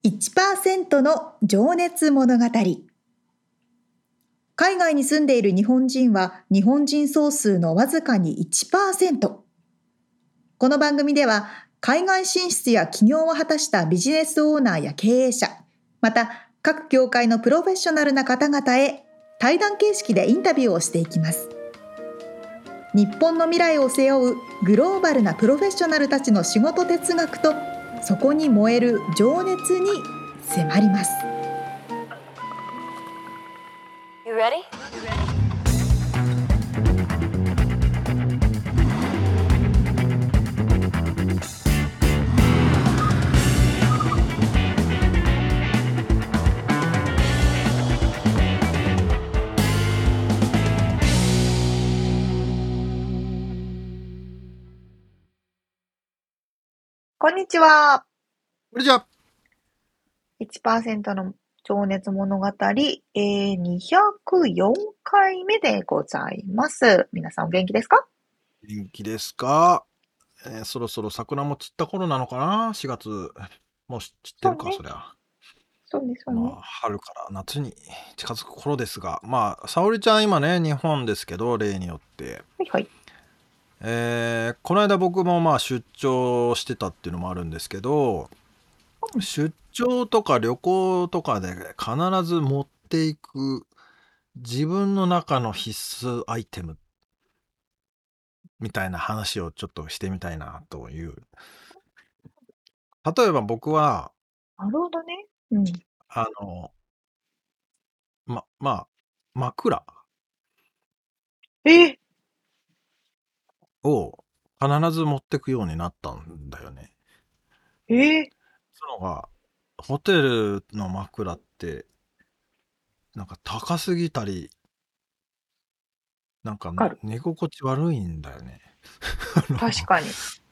1% の情熱物語。海外に住んでいる日本人は日本人総数のわずかに 1%。この番組では海外進出や起業を果たしたビジネスオーナーや経営者、また各業界のプロフェッショナルな方々へ対談形式でインタビューをしていきます。日本の未来を背負うグローバルなプロフェッショナルたちの仕事哲学とそこに燃える情熱に迫ります。 You ready? こんにちは。 こんにちは。 1% の情熱物語、204回目でございます。皆さんお元気ですか？ 元気ですか？そろそろ桜も散った頃なのかな ?4 月。もう散ってるか、 そうねそりゃ。 そうね。 まあ、春から夏に近づく頃ですが、まあ、沙織ちゃん今ね、日本ですけど、例によって。 はいはい。 この間僕もまあ出張してたっていうのもあるんですけど、出張とか旅行とかで必ず持っていく自分の中の必須アイテムみたいな話をちょっとしてみたいなという。例えば僕は、 なるほどね。うん。 枕えを必ず持ってくようになったんだよね。そのが、ホテルの枕って、なんか高すぎたり、なんかわかる。 寝心地悪いんだよね。 確かに。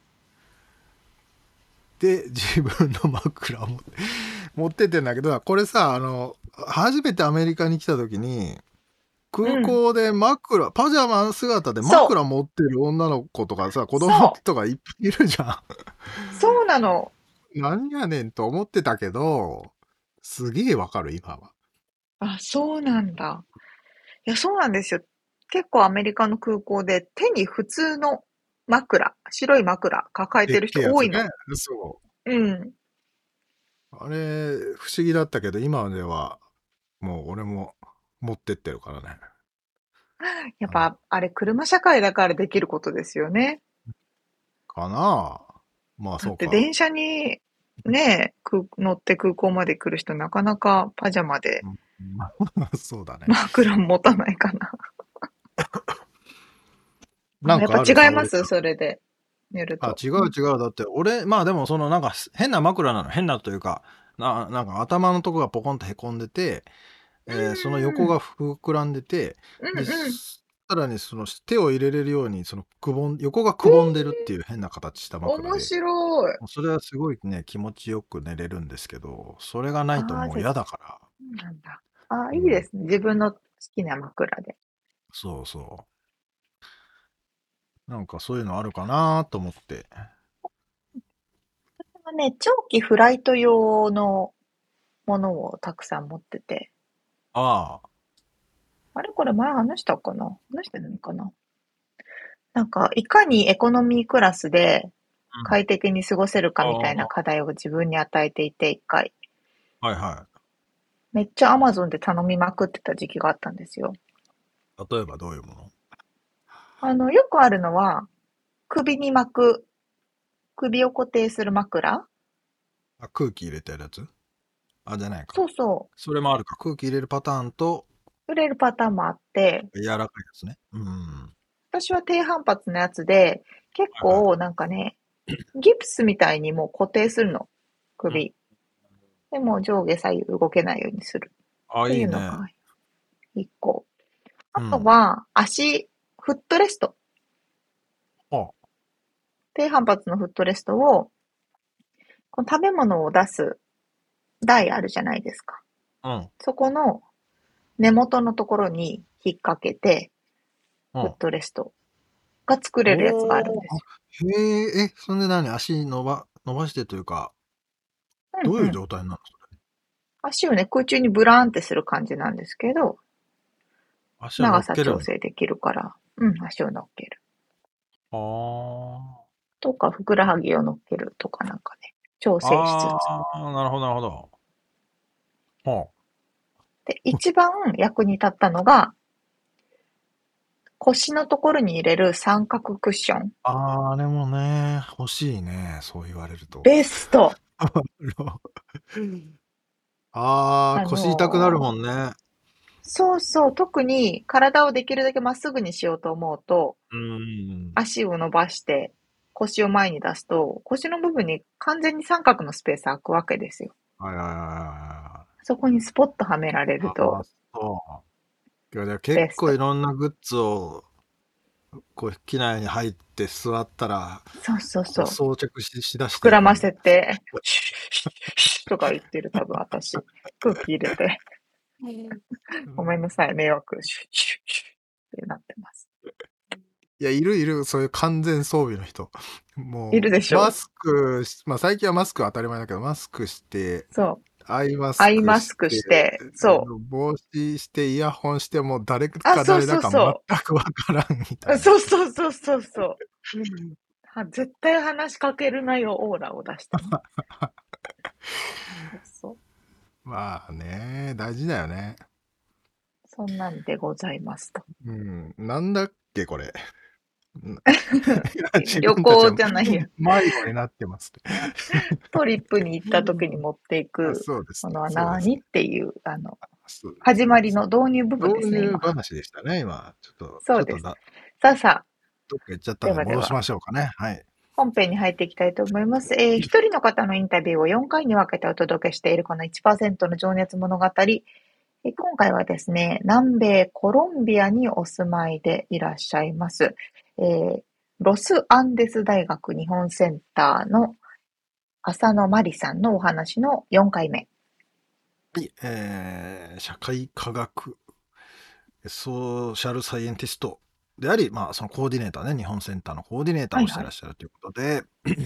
で、自分の枕を持ってってんだけど、これさ、初めてアメリカに来た時に、空港でパジャマ姿で枕持ってる女の子とかさ、子供とかいっぱいいるじゃん。 そうなの。 何やねんと思ってたけど、すげえわかる、今は。 あ、そうなんだ。いや、そうなんですよ。結構アメリカの空港で手に普通の枕、白い枕抱えてる人多いの。 でっけえやつね。そう。 うん。 あれ、不思議だったけど、今では、もう俺も持ってってるからね。 やっぱ、あれ、車社会だからできることですよね。 かなあ。まあだそうか。 って電車にね、乗って空港まで来る人なかなかパジャマでそうだね。 枕持たないかな。 なんかやっぱ違いますそれで寝ると。 違う。だって俺、まあでもそのなんか変な枕なの。変なというか、なんか頭のとこがポコンとへこんでて、その横が膨らんでて、で、さらにその手を入れれるように、その横がくぼんでるっていう変な形した枕で。 面白い。 それはすごいね、気持ちよく寝れるんですけど、それがないともう嫌だから。 そうなんだ。いいですね。自分の好きな枕で。 そうそう。なんかそういうのあるかなと思って。 私はね、長期フライト用のものをたくさん持ってて。 ああ。 あれこれ前話したかな話してないかな。なんか、いかにエコノミークラスで快適に過ごせるかみたいな課題を自分に与えていて、一回。 はいはめっちゃ Amazon で頼みまくってた時期があったんですよ。 い。例えばどういうもの？ よくあるのは、首に巻く、首を固定する枕。 空気入れてるやつ？じゃないか。 そうそそれもあるか。空気入れるパターンと、 う。売れるパターンもあって、 柔らかいやつね。うん。 私は低反発のやつで、結構なんかね、ギプスみたいにもう固定するの。首。でも上下左右動けないようにする。っていいね。 いうのが一個。あとは、フットレスト。低反発のフットレストを、この食べ物を出す台あるじゃないですか。そこの根元のところに引っ掛けて、フットレストが作れるやつがあるんですよ。 そんで足伸ばしてというか、どういう状態なのそれ？ 足をね、空中にブラーンってする感じなんですけど、 足を乗長さっけるんだ。 調整できるから、足を乗っける。 あとか、ふくらはぎを乗っけるとかなんかね、調あ。 整しつつ。 なるほど、なるほど。ほで、一番役に立ったのが、腰のところに入れる三角クッション。 あれもね、欲しいね。そう言われると。 ベスト。 腰痛くなるもんね。 そうそう、特に体をできるだけまっすぐにしようと思うと、足を伸ばして腰を前に出すと、腰の部分に完全に三角のスペース空くわけですよ。 はいはいはいはい。 そこにスポッとはめられると、 そう。いや結ベスト。 構いろんなグッズを、機内に入って座ったら、 そうそうそう。 装着しだして。 膨らませて、シュッシュッシュッとか言ってる多分私。空気入れて。ごめんなさい、迷惑。シュッシュッシュッってなってます。 いや、いる、そういう完全装備の人。もう、 いるでしょ。 マスク、最近はマスクは当たり前だけど、マスクして、 そう。 アイマスアイマスクして、 クして、そう。 帽子して、イヤホンしても誰あ、 かそう誰だかそうそ全くわからんみたう。 いな。 そうそうそうそうそう。絶対話しかけるなよ、オーラを出してね。そう。 まあね、大事だよね。 そんなんでございますと。 なんだっけ、これ。 旅行じゃないや。 迷子になってます。 トリップに行った時に持っていくそうですね。 ものは何っていう、 そうです始まりの導入部分ですね、 導入今。 話でしたね、今。ちょそうです。 っとさあさあ、 どっか行っちゃったんでではでは、 戻しましょうかね。はい。 本編に入っていきたいと思います。一人の方のインタビューを4回に分けてお届けしているこの 1% の情熱物語。今回はですね、南米コロンビアにお住まいでいらっしゃいます。ロスアンデス大学日本センターの浅野真理さんのお話の4回目。 はい、社会科学、ソーシャルサイエンティストであり、そのコーディネーターね、日本センターのコーディネーターをしてらっしゃるということで、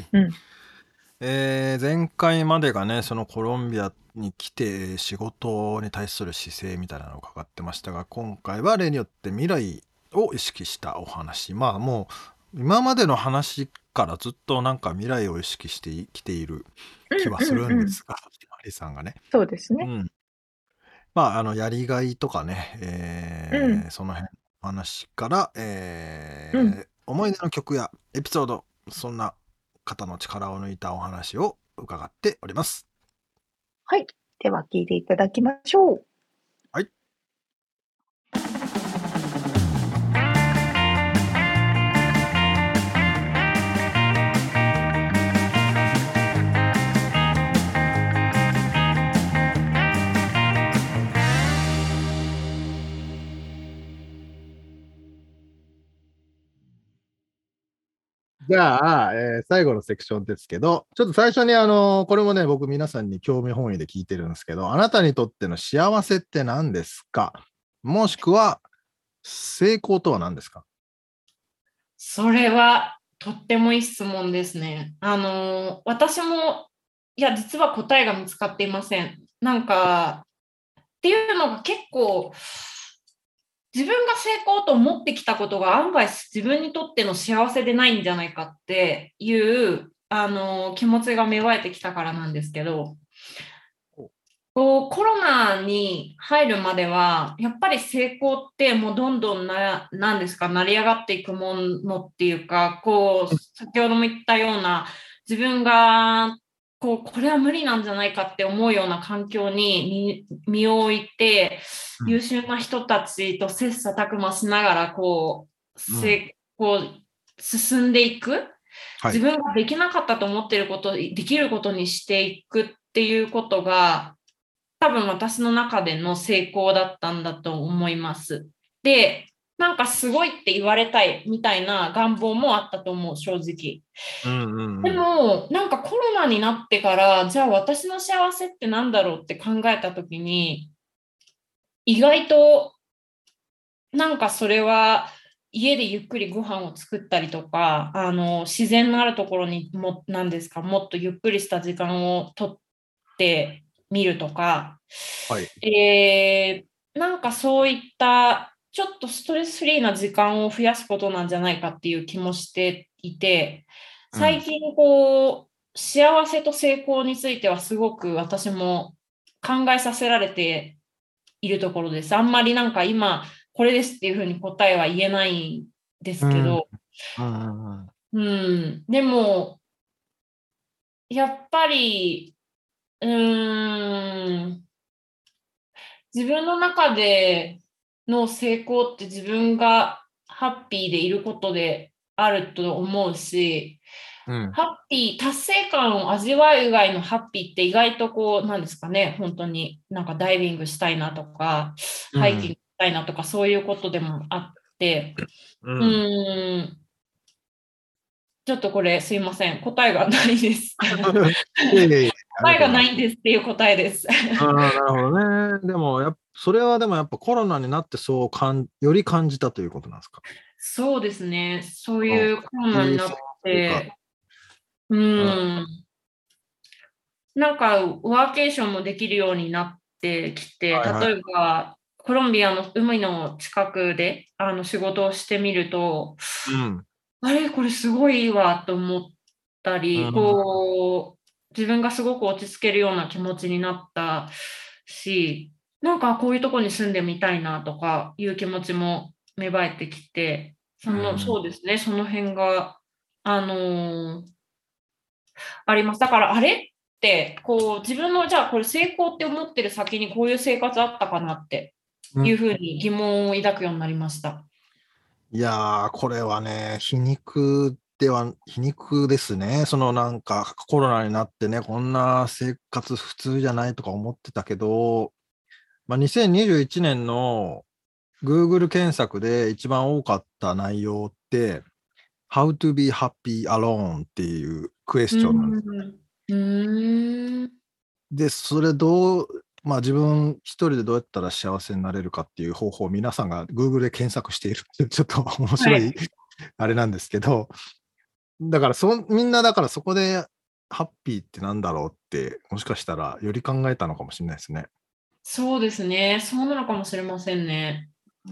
前回までがね、そのコロンビアに来て仕事に対する姿勢みたいなのを伺ってましたが、今回は例によって未来を意識したお話。もう今までの話からずっとなんか未来を意識して生きている気はするんですが、マリさんがね。 そうですね。 やりがいとかね、その辺の話から、思い出の曲やエピソード、そんな方の力を抜いたお話を伺っております。 はい。では聞いていただきましょう。 はい。じゃあ、最後のセクションですけど、ちょっと最初にこれもね、僕皆さんに興味本位で聞いてるんですけど、あなたにとっての幸せって何ですか？もしくは、成功とは何ですか？ それはとってもいい質問ですね。私も、実は答えが見つかっていません。っていうのが結構、自分が成功と思ってきたことが案外自分にとっての幸せでないんじゃないかっていう気持ちが芽生えてきたからなんですけど、コロナに入るまではやっぱり成功ってもうどんどんなんですか、成り上がっていくものっていうか、先ほども言ったような自分がこれは無理なんじゃないかって思うような環境に身を置いて、優秀な人たちと切磋琢磨しながら進んでいく、自分ができなかったと思っていることをできることにしていくっていうことが多分私の中での成功だったんだと思います。で、すごいって言われたいみたいな願望もあったと思う、正直。でも、コロナになってから、じゃあ私の幸せって何だろうって考えたときに、意外と、それは家でゆっくりご飯を作ったりとか、自然のあるところにもっとゆっくりした時間をとってみるとか、 はい。 なんかそういったちょっとストレスフリーな時間を増やすことなんじゃないかっていう気もしていて、最近こう、幸せと成功についてはすごく私も考えさせられているところです。あんまりなんか今これですっていうふうに答えは言えないんですけど、でもやっぱり、自分の中での成功って自分がハッピーでいることであると思うし、ハッピー、達成感を味わう以外のハッピーって意外とこう、なんですかね、本当になんかダイビングしたいなとか、ハイキングしたいなとか、そういうことでもあって、ちょっとこれすいません、答えがないです。 いえいえいえ、あり答えがながとうございます。 いんですっていう答えです。 なるほどね。でもそれはでもやっぱコロナになってより感じたということなんですか？ そうですね、そういうコロナになっというか、 て、なんかワーケーションもできるようになってきて、 はいはい。 例えばコロンビアの海の近くで仕事をしてみると、あれ、これすごいいいわと思ったり、こう、自分がすごく落ち着けるような気持ちになったし、なんかこういうとこに住んでみたいなとかいう気持ちも芽生えてきて、そうですね、その辺が、あの、あります。だからあれって、こう自分のじゃあこれ成功って思ってる先にこういう生活あったかなっていうふうに疑問を抱くようになりました。 いやー、これはね、皮肉ですね。なんかコロナになってね、こんな生活普通じゃないとか思ってたけど、2021年の Google 検索で一番多かった内容って、How to be happy alone っていうクエスうーチョンなんです。 ん。うーん。 で、それ自分一人でどうやったら幸せになれるかっていう方法を皆さんが Google で検索しているっていうちょっと面白いはい。 あれなんですけど、だからみんなだからそこでハッピーってなんだろうって、もしかしたらより考えたのかもしれないですね。 そうですね。そうなのかもしれませんね。 うん。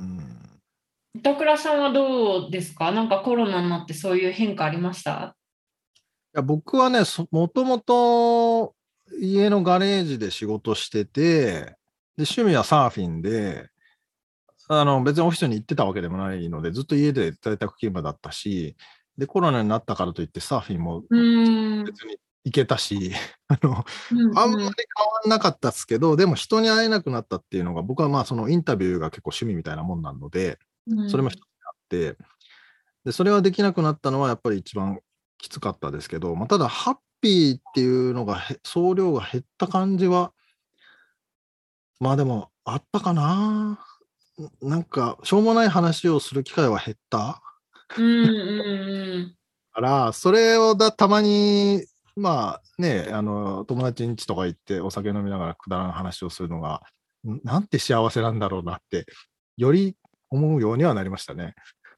板倉さんはどうですか？なんかコロナになってそういう変化ありました？ いや、僕はね、もともと家のガレージで仕事してて、で、趣味はサーフィンで、別にオフィスに行ってたわけでもないので、ずっと家で在宅勤務だったし、で、コロナになったからといってサーフィンもうーん。 別に行けたし、あの、 うんあんまりうん。 変わんなかったっすけど、でも人に会えなくなったっていうのが、僕はそのインタビューが結構趣味みたいなもんなので、それも一つうん。 あって、で、それはできなくなったのはやっぱり一番きつかったですけど、ただハッピーっていうのが総量が減った感じは、でもあったかな。なんかしょうもない話をする機会は減ったうんうんうん。 から、それをたまに、友達ん家とか行ってお酒飲みながらくだらん話をするのが、なんて幸せなんだろうなって、より思うようにはなりましたね。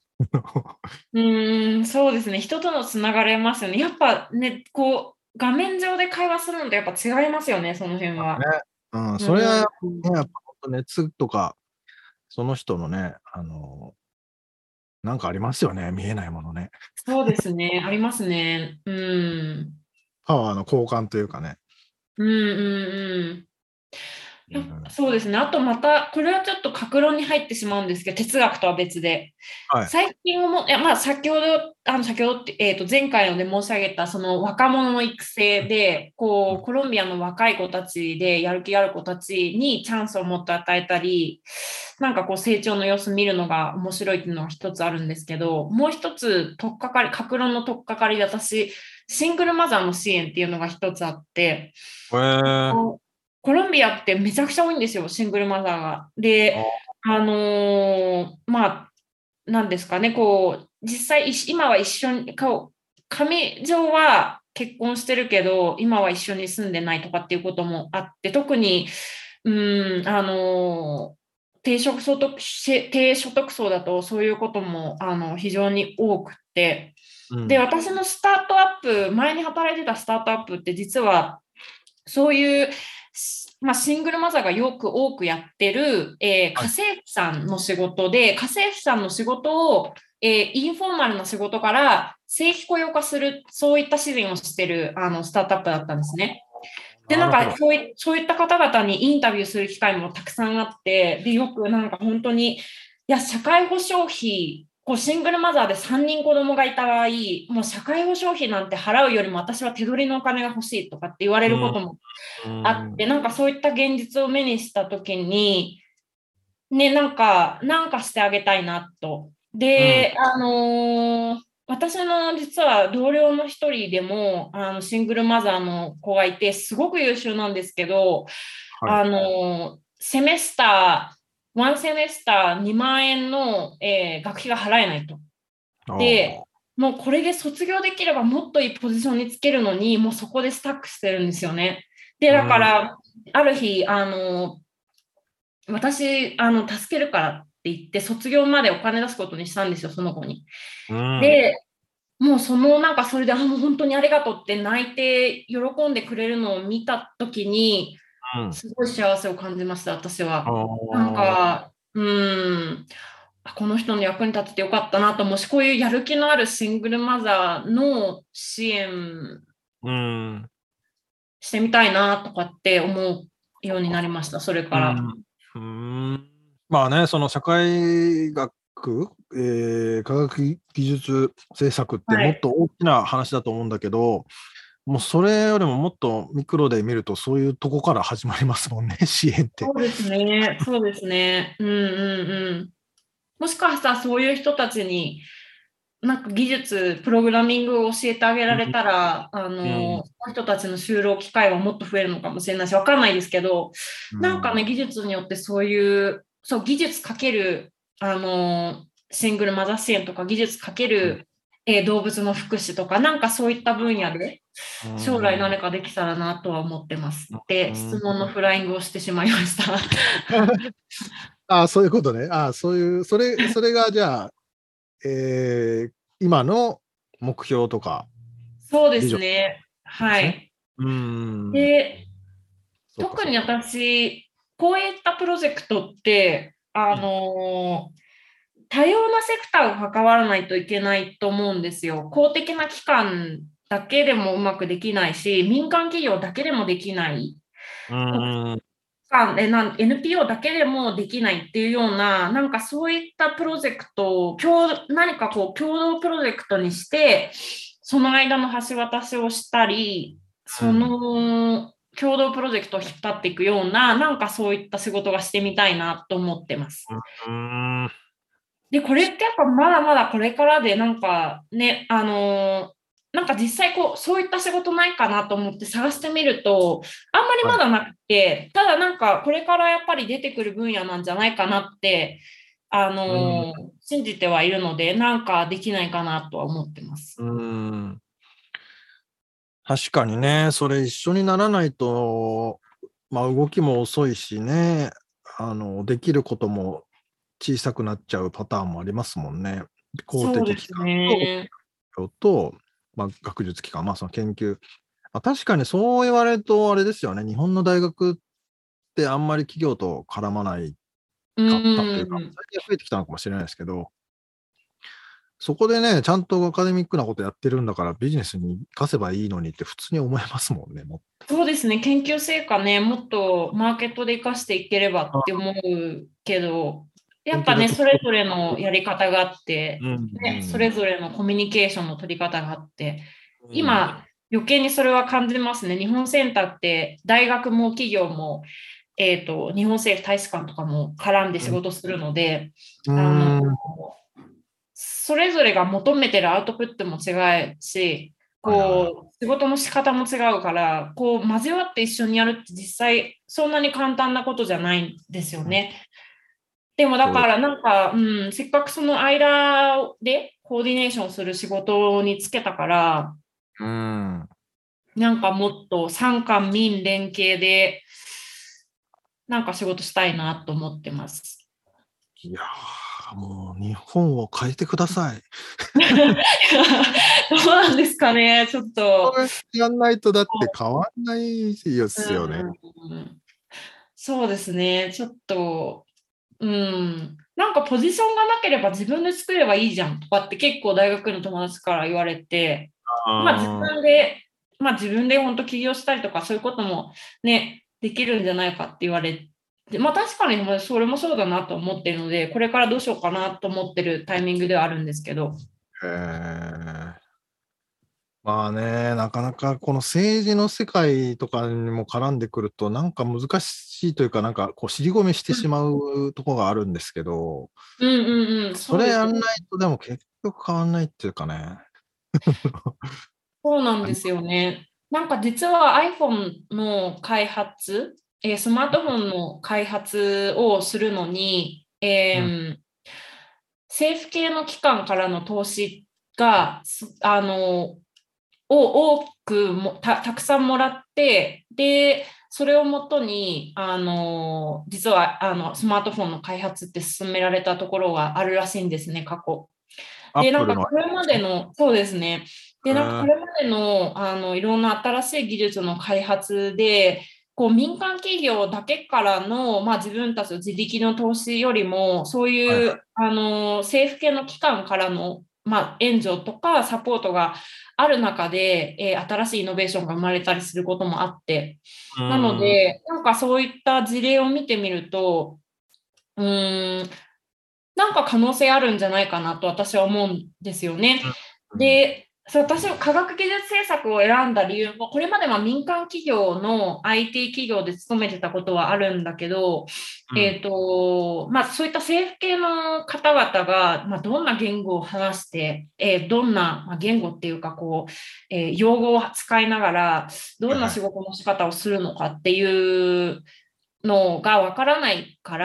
そうですね。人とのつながれますよね。やっぱね、こう、画面上で会話するのとやっぱ違いますよね、その辺は。 ね。 うそれはね、 ん。 やっぱほんと熱とか、その人のね、なんかありますよね、見えないものね。 そうですね、ありますね。 パワーの交換というかね。 うんうんうん。 うんそうですね。あとまた、これはちょっと各論に入ってしまうんですけど、哲学とは別で。 はい。 最近いや、先ほどって、前回ので申し上げた、その若者の育成で、こう、コロンビアの若い子たちで、やる気ある子たちにチャンスをもっと与えたり、なんかこう、成長の様子見るのが面白いっていうのが一つあるんですけど、もう一つ、各論の取っかかりで私、シングルマザーの支援っていうのが一つあって、 へえ。 コロンビアってめちゃくちゃ多いんですよ、シングルマザーが。で、 あ、 なんですかね、こう、実際、今は一緒に、紙上は結婚してるけど、今は一緒に住んでないとかっていうこともあって、特に、低所得層だとそういうことも非常に多くて、で、私のスタートアップ、前に働いてたスタートアップって実は、そういうシングルマザーがよく多くやってる、家政婦さんの仕事で、家政婦さんの仕事を、インフォーマルな仕事から正規雇用化する、そういった支援をしてるスタートアップだったんですね。で、なんかそういった方々にインタビューする機会もたくさんあって、で、よくなんか本当に、いや、社会保障費、シングルマザーで3人子供がいた場合、もう社会保障費なんて払うよりも私は手取りのお金が欲しいとかって言われることもあって、なんかそういった現実を目にしたときに、ね、なんかしてあげたいなと。で、私の実は同僚の一人でもシングルマザーの子がいて、すごく優秀なんですけど、ワンセメスター2万円の、学費が払えないと。で、もうこれで卒業できればもっといいポジションにつけるのに、もうそこでスタックしてるんですよね。で、だから、ある日、私、助けるからって言って、卒業までお金出すことにしたんですよ、その子に。で、もうそれで、もう本当にありがとうって泣いて喜んでくれるのを見たときに、すごい幸せを感じました、私は。なんか、この人の役に立ててよかったなと、もしこういうやる気のあるシングルマザーの支援してみたいなとかって思うようになりました、それから。 まあね、その社会学、科学技術政策ってもっと大きな話だと思うんだけど、もうそれよりももっとミクロで見るとそういうとこから始まりますもんね、支援って。 そうですね、そうですね。もしかしたらそういう人たちになんか技術、プログラミングを教えてあげられたら、その人たちの就労機会はもっと増えるのかもしれないし、わかんないですけど、なんかね、技術によってそういう、技術かける、シングルマザー支援とか、技術かける、動物の福祉とか、なんかそういった分野で、将来何かできたらなとは思ってます。で、質問のフライングをしてしまいました。 そういうことね。それがじゃあ、今の目標とか。 そうですね。はい。で、特に私、こういったプロジェクトって、多様なセクターが関わらないといけないと思うんですよ。公的な機関だけでもうまくできないし、民間企業だけでもできない。NPO だけでもできないっていうような、なんかそういったプロジェクトを何か共同プロジェクトにして、その間の橋渡しをしたり、その共同プロジェクトを引っ張っていくような、なんかそういった仕事がしてみたいなと思ってます。で、これってやっぱまだまだこれからで、なんかね、なんか実際そういった仕事ないかなと思って探してみると、あんまりまだなくて、ただなんかこれからやっぱり出てくる分野なんじゃないかなって、信じてはいるので、なんかできないかなとは思ってます。 確かにね、それ一緒にならないと、動きも遅いしね、できることも小さくなっちゃうパターンもありますもんね。公的機関と、学術機関、その研究。確かにそう言われるとあれですよね、日本の大学ってあんまり企業と絡まないかったっていうか、最近増えてきたのかもしれないですけど、そこでね、ちゃんとアカデミックなことやってるんだから、ビジネスに生かせばいいのにって普通に思いますもんね、 そうですね、研究成果ね、もっとマーケットで生かしていければって思うけど、やっぱね、それぞれのやり方があって、それぞれのコミュニケーションの取り方があって、今、余計にそれは感じますね。日本センターって大学も企業も、日本政府大使館とかも絡んで仕事するので、それぞれが求めてるアウトプットも違うし、仕事の仕方も違うから、交わって一緒にやるって実際そんなに簡単なことじゃないんですよね。でもだからなんか、せっかくその間でコーディネーションする仕事に就けたから、なんかもっと産官民連携でなんか仕事したいなと思ってます。 いやー、もう日本を変えてください。 どうなんですかね、ちょっと。 やんないとだって変わんないですよね。 そうですね。ちょっと、なんかポジションがなければ自分で作ればいいじゃんとかって結構大学の友達から言われて、まあ自あ分で、まあ自分で本当起業したりとかそういうこともね、できるんじゃないかって言われて、まあ確かにまあそれもそうだなと思ってるので、これからどうしようかなと思ってるタイミングではあるんですけど。 へえ。まあね、なかなかこの政治の世界とかにも絡んでくると、なんか難しいというか、なんかこう尻込みしてしまうとこがあるんですけど、 うんうんうん、 それやんなそうですよね。 いとでも結局変わんないっていうかね。 そうなんありですよね。なんか実は iPhone の開発、スマートフォンの開発をするのに、 うん、 政府系の機関からの投資が、多くもたくさんもらって、で、それをもとに、実はスマートフォンの開発って進められたところがあるらしいんですね、過去。で、なんアップルのかこれまですか？ での、そうですね。で、なんかこへえ、 れまでの、いろんな新しい技術の開発で、こう民間企業だけからの、まあ、自分たちの自力の投資よりも、そうはいはい。 いう政府系の機関からの、まあ、援助とかサポートがある中で、新しいイノベーションが生まれたりすることもあって、 うなのーん、 で、なんかそういった事例を見てみると、うーん、なんか可能性あるんじゃないかなと私は思うんですよね。 うん、 で、私は科学技術政策を選んだ理由も、これまでは民間企業の IT 企業で勤めてたことはあるんだけど、 うん、 まあ、そういった政府系の方々が、まあ、どんな言語を話して、どんな、まあ、言語っていうかこう、用語を使いながら、どんな仕はいはい。 事の仕方をするのかっていうのがわからないから、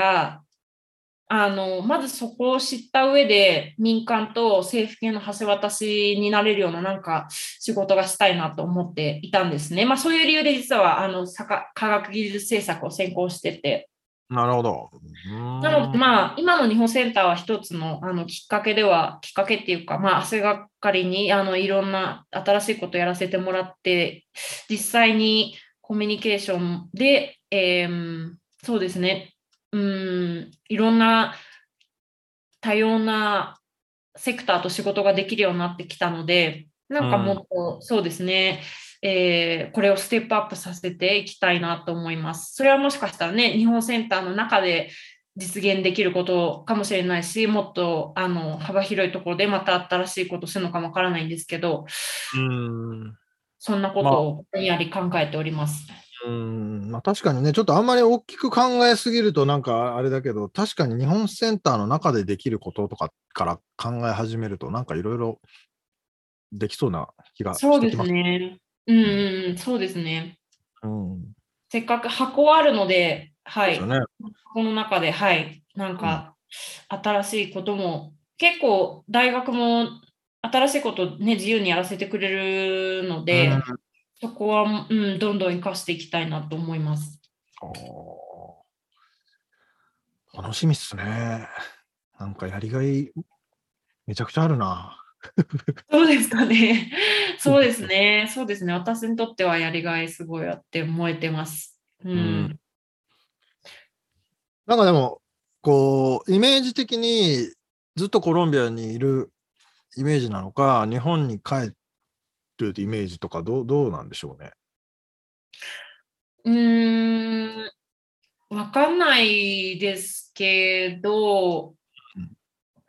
まずそこを知った上で民間と政府系の橋渡しになれるようななんか仕事がしたいなと思っていたんですね。まあそういう理由で実は科学技術政策を専攻してて。 なるほど。 なのでん、 まあ今の日本センターは一つの、きっかけっていうか、まあ足がかりにいろんな新しいことをやらせてもらって、実際にコミュニケーションで、そうですね、いろんな多様なセクターと仕事ができるようになってきたので、なんかもっうん。 とそうですね、これをステップアップさせていきたいなと思います。それはもしかしたらね、日本センターの中で実現できることかもしれないし、もっと幅広いところでまた新しいことするのかもわからないんですけど、 うーん。 そんなこまあ、 とをやり考えております。 ま、確かにね、ちょっとあんまり大きく考えすぎるとなんかあれだけど、確かに日本センターの中でできることとかから考え始めると、なんか色々できそうな気がそうですしてきます。 ね。 うん。 そうですね。 うん。 せっかく箱はあるので、はい。 そうですよね。 箱の中で、はい。なんうん。 か、新しいことも、結構大学も新しいことね、自由にやらせてくれるのうーん。 で、そこは、どんどん活かしていきたいなと思います。 楽しみっすね。なんかやりがい、めちゃくちゃあるな。 そうですかね。そうですね。そうですね。私にとってはやりがいすごいあって燃えてます。ううん。 ん。 なんかでも、こうイメージ的にずっとコロンビアにいるイメージなのか、日本に帰るイメージとかどうなんでしょうね？ うーん、わかんないですけど、 うん。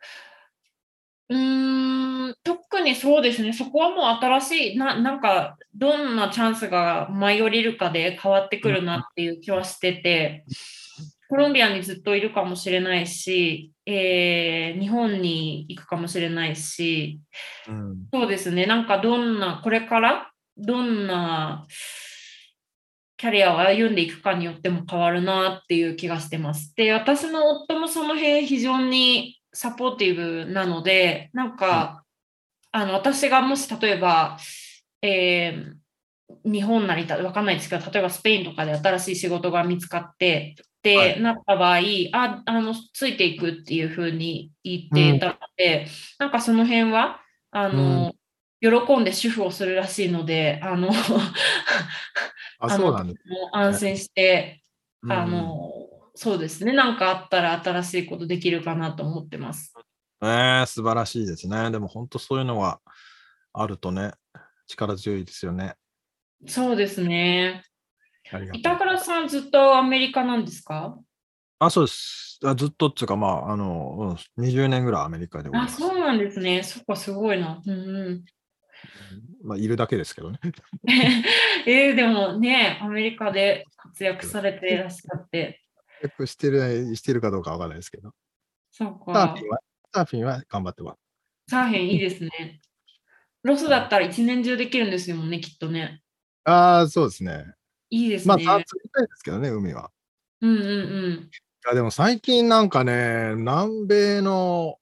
特にそうですね、そこはもう新しい、なんか、どんなチャンスが舞い降りるかで変わってくうんるなっていう気はしてて、コロンビアにずっといるかもしれないし、日本に行くかもしれないし、 うん。 そうですね、なんかこれからどんなキャリアを歩んでいくかによっても変わるなっていう気がしてます。で、私の夫もその辺非常にサポーティブなので、なんうん。 か、私がもし例えば、え日本なりわかんないですけど、例えばスペインとかで新しい仕事が見つかって、で、 はい。 なった場合、ついていくっていうふうに言っうん、 てたので、なんかその辺は、あうん。 の、喜んで主婦をするらしいので、 あ、そうとてなんですも安ね。 心してそうですね。なんかあったら新しいことできるかなと思ってます。 素晴らしいですね。でも本当そういうのがあるとね、力強いですよね。 そうですね。 ありがたい。 板倉さんずっとアメリカなんですか？ そうです。ずっとっていうか、20年ぐらいアメリカでおります。 そうなんですね。そっか、すごいな。 いるだけですけどね。 でもね、アメリカで活躍されていらっしゃって。 してるかどうかわからないですけど。 そうか。 サーフィンは頑張ってます。 サーフィンいいですね。ロスだったら一年中できるんですよね、きっとね。 そうですね。 いいですね。 釣りたいですけどね、海は。 うんうんうん。 でも最近なんかね、南米の、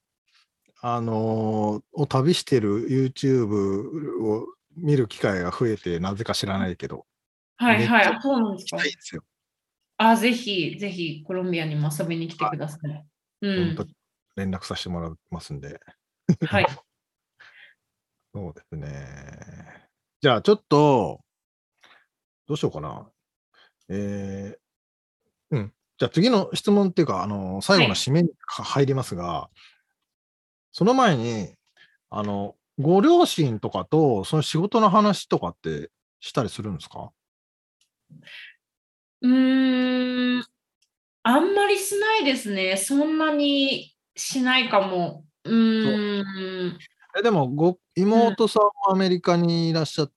を旅してる YouTube を見る機会が増えて、なぜか知らないけど、 はいはい。 めっちゃ行そうなんですきか。 たいんですよ。 ぜひ、ぜひ、コロンビアにも遊びに来てください。う本当ん。 連絡させてもらいますんで。 はい。 そうですね。じゃあちょっと、どうしようかな。えじゃあ次の質問っていうか、最はい。 後の締めに入りますが、その前に、ご両親とかと、その仕事の話とかってしたりするんですか？ うーん。あんまりしないですね。そんなにしないかも。 そう。でも、 うん。 妹さんもアメリカにいらっしゃって、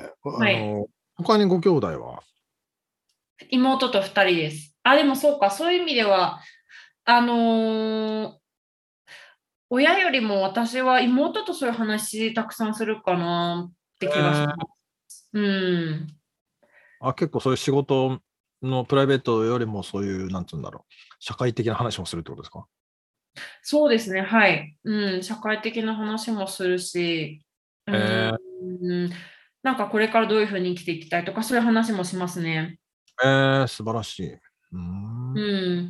はい。 他にご兄弟は？ 妹と2人です。でもそうか、そういう意味では、あのー親よりも私は妹とそういう話たくさんするかなって気がしまえーす。うん。 結構そういう仕事のプライベートよりもそういう、なんつうんだろう、社会的な話もするってことですか？ そうですね、はい。うん、社会的な話もするし、うえん、なんかこれからどういうふうに生きていきたいとか、そういう話もしますね。 素晴らしい。 うん。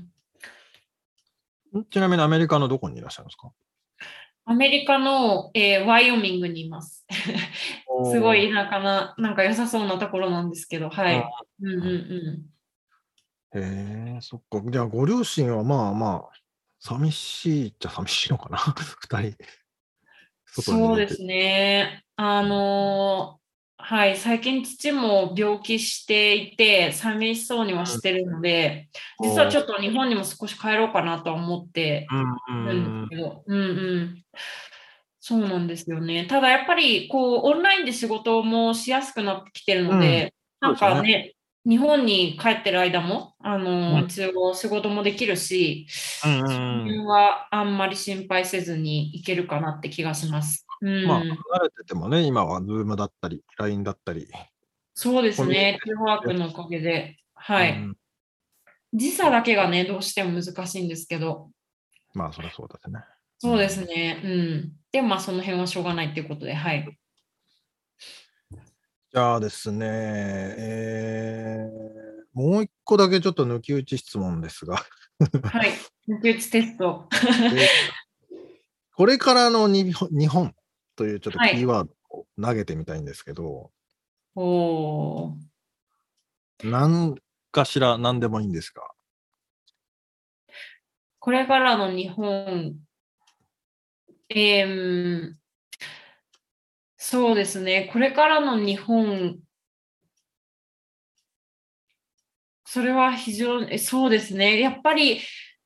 ちなみにアメリカのどこにいらっしゃるんですか？ アメリカの、ワイオミングにいます。すごおー。 い田舎な、なんか良さそうなところなんですけど、はうんい。うんうんうん。 そっか。じゃあ、ご両親は寂しいっちゃ寂しいのかな二人、外に出て。 そうですね。はい、最近父も病気していて、寂しそうにはしてるので、実はおー。 ちょっと日本にも少し帰ろうかなとは思ってるんですけど、そうなんですよね。ただやっぱり、こう、オンラインで仕事もしやすくなってきてるうん。 ので、なんそうですよね。 かね、日本に帰ってる間も、 うん。 一応仕事もできるし、 うんうそのんうん。 辺はあんまり心配せずにいけるかなって気がします。うん。 離れててもね、今は Zoom だったり、LINE だったり、 そうですコミュニね。 ケーシテレワーョンしやすい。 クのおかげで。はい。 うん。 時差だけがね、どうしても難しいんですけど。 そりゃそうですね。うそうですん。 ね。うん。で、その辺はしょうがないっていうことで、はい。 じゃあですね、もう一個だけちょっと抜き打ち質問ですが、 はい。抜き打ちテスト。 え、これからの日本というちょっとはい。 キーワードを投げてみたいんですけど、 おー。 なんかしら何でもいいんですが。 これからの日本、えー、そうですね。これからの日本、それは非常に、そうですね。やっぱり、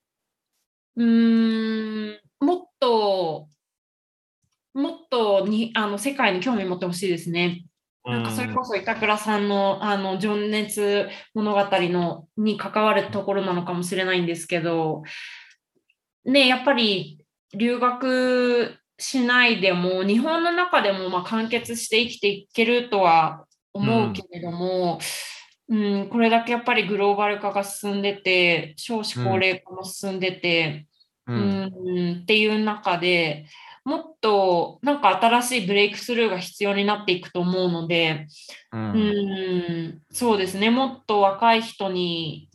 もっと、もっとに、世界に興味持ってほしいですね。 うなんかそれん。 こそ板倉さんの、情熱物語に関わるところなのかもしれないんですけど、ね、やっぱり留学しないでも、日本の中でも完結して生きていけるとは思ううん。 けれども、これだけやっぱりグローバル化が進んでて、少子うん。 高齢化も進んでて、 うん。 っていう中で、もっとなんか新しいブレイクスルーが必要になっていくと思うので、 うん。 そうですね、もっと若い人に、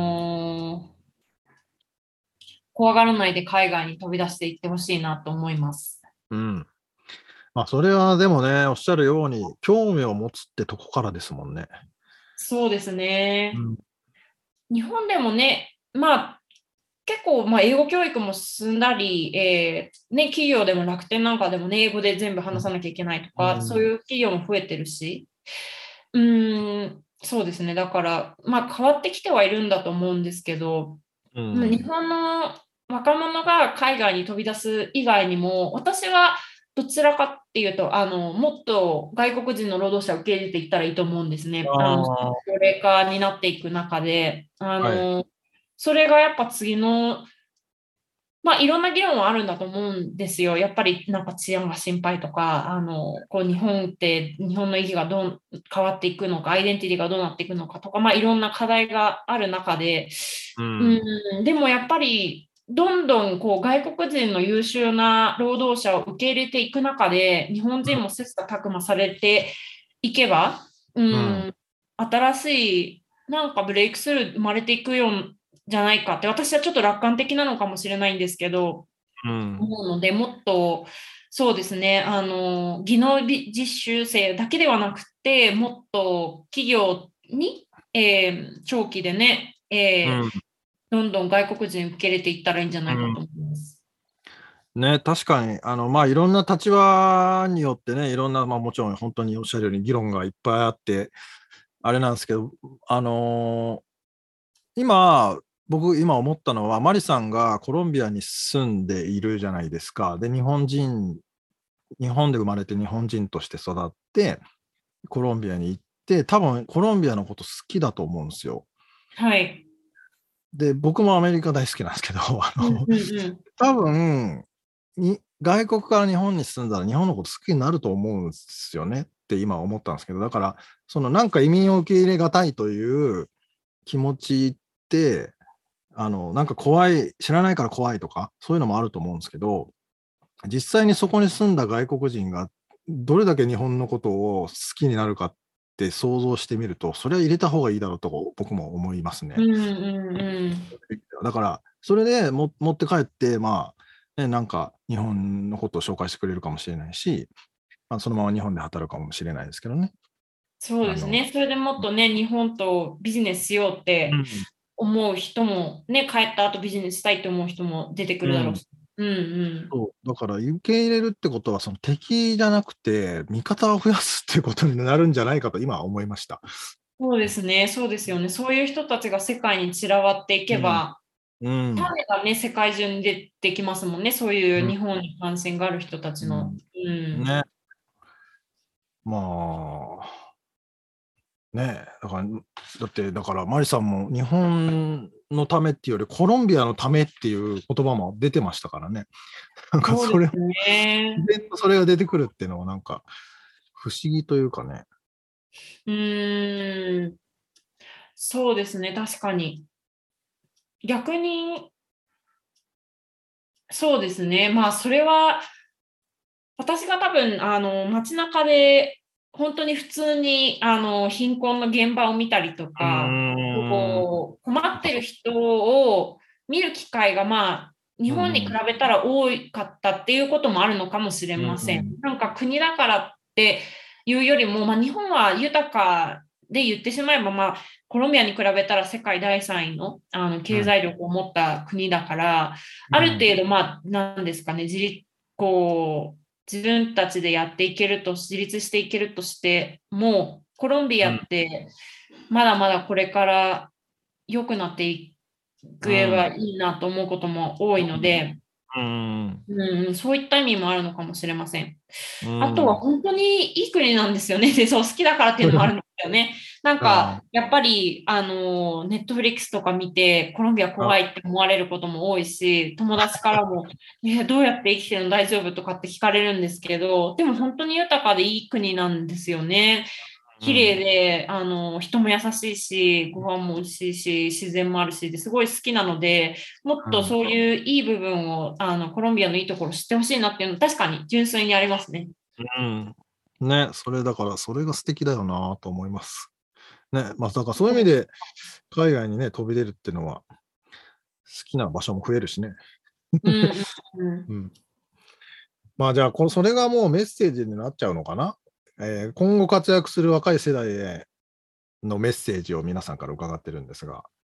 怖がらないで海外に飛び出していってほしいなと思います。 うん。それはでもね、おっしゃるように、興味を持つってとこからですもんね。 そうですね。 うん。 日本でもね、結構、英語教育も進んだり、企業でも楽天なんかでもね、英語で全部話さなきゃいけないとか、そういう企業も増えてるし、そうですね。だから、変わってきてはいるんだと思うんですけど、日本の若者が海外に飛び出す以外にも、私はどちらかっていうと、もっと外国人の労働者を受け入れていったらいいと思うんですね。高齢化になっていく中で、それがやっぱ次の、いろんな議論はあるんだと思うんですよ。やっぱりなんか治安が心配とか、日本って日本の意義がどう変わっていくのか、アイデンティティがどうなっていくのかとか、いろんな課題がある中で、でもやっぱりどんどん外国人の優秀な労働者を受け入れていく中で、日本人も切磋琢磨されていけば、新しいなんかブレイクスルー生まれていくようじゃないかって、私はちょっと楽観的なのかもしれないんですけど、思うので、もっとそうですね、技能実習生だけではなくて、もっと企業に、長期でね、どんどん外国人受け入れていったらいいんじゃないかと思います。 ね、確かに、いろんな立場によってね、いろんな、もちろん本当におっしゃるように議論がいっぱいあって、あれなんですけど、僕今思ったのは、マリさんがコロンビアに住んでいるじゃないですか。で、日本で生まれて日本人として育って、コロンビアに行って、多分コロンビアのこと好きだと思うんですよ。 はい。 で、僕もアメリカ大好きなんですけど、多分、外国から日本に住んだら日本のこと好きになると思うんですよねって今思ったんですけど、だから、なんか移民を受け入れがたいという気持ちって、なんか知らないから怖いとか、そういうのもあると思うんですけど、実際にそこに住んだ外国人がどれだけ日本のことを好きになるかって想像してみると、それは入れた方がいいだろうと僕も思いますね。だから、それで持って帰って、なんか日本のことを紹介してくれるかもしれないし、そのまま日本で働くかもしれないですけどね。 そうですね。それでもっとね、日本とビジネスしようって思う人も、ね、帰った後ビジネスしたいと思う人も出てくるだろうし。 そうだから受け入れるってことは、敵じゃなくて、味方を増やすっていうことになるんじゃないかと今は思いました。 そうですね、そうですよね。そういう人たちが世界に散らばっていけば、種がね、世界中に出てきますもんね。そういう日本に関心がある人たちの。 ね。ねえ、だから、マリさんも日本のためっていうより、コロンビアのためっていう言葉も出てましたからね。なんかそれが出てくるっていうのはなんか不思議というかね。 そうですね、確かに。逆に、そうですね、それは、私が多分、街中で、本当に普通に、貧困の現場を見たりとか、困ってる人を見る機会が、日本に比べたら多かったっていうこともあるのかもしれません。なんか国だからっていうよりも、日本は豊かで言ってしまえば、コロンビアに比べたら世界第3位の、経済力を持った国だから、ある程度、なんですかね、自分たちでやっていけると、自立していけるとしても、コロンビアってまだまだこれから良くなっていくればいいなと思うことも多いので、そういった意味もあるのかもしれません。あとは本当にいい国なんですよね。で、好きだからっていうのもあるんですよね。なんか、やっぱり、ネットフリックスとか見て、コロンビア怖いって思われることも多いし、友達からも、どうやって生きてるの大丈夫とかって聞かれるんですけど、でも本当に豊かでいい国なんですよね。綺麗で、人も優しいし、ご飯も美味しいし、自然もあるし、すごい好きなので、もっとそういういい部分を、コロンビアのいいところ知ってほしいなっていうのは確かに純粋にありますね。 ね、それが素敵だよなと思います。ね、だからそういう意味で、海外にね、飛び出るっていうのは、好きな場所も増えるしね。じゃあ、それがもうメッセージになっちゃうのかな。今後活躍する若い世代へのメッセージを皆さんから伺ってるんですが。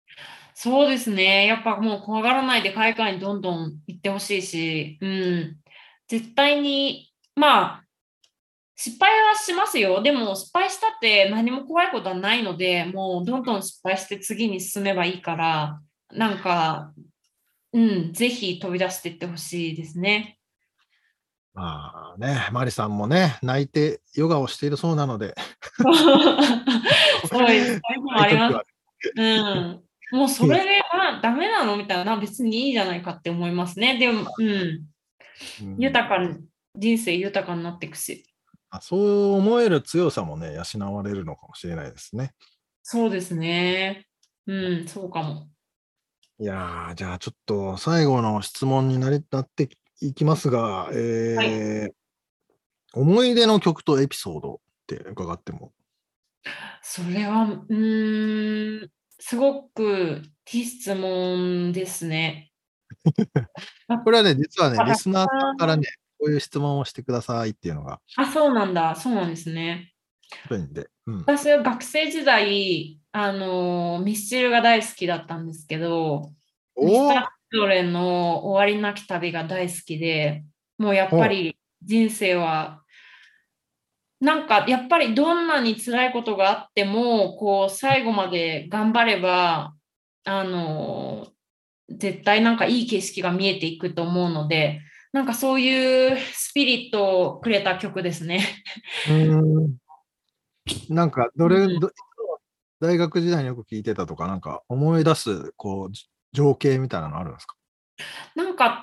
そうですね。やっぱもう怖がらないで海外にどんどん行ってほしいし、絶対に、まあ、失敗はしますよ。でも失敗したって何も怖いことはないので、もうどんどん失敗して次に進めばいいから、なんか、ぜひ飛び出していってほしいですね。 まあね、マリさんもね、泣いてヨガをしているそうなので、 そうです。そういうのもあります。 そういう時は、 もうそれで、ダメなのみたいな、別にいいじゃないかって思いますね。でも、 うん、 豊かに、人生豊かになっていくし。 そう思える強さもね、養われるのかもしれないですね。 そうですね。そうかも。 いやー、じゃあちょっと最後の質問になっていきますが、 はい。 思い出の曲とエピソードって伺っても。 それは、すごくいい質問ですね。 これはね、実はね、リたくスナーさんからさんね、こういう質問をしてくださいっていうのがそうなんだ。そうなんですね。 来るんで、 私は学生時代、ミスチルが大好きだったんですけど、ミスター・おーチルドレンの終わりなき旅が大好きで、もうやっぱおり人生は、なんかやっぱりどんなに辛いことがあっても、こう最後まで頑張れば、あの絶対なんかいい景色が見えていくと思うので、なんかそういうスピリットをくれた曲ですね。 うーん。なんか、 うん、 大学時代によく聞いてたとか、なんか思い出す、こう、情景みたいなのあるんですか？ なんか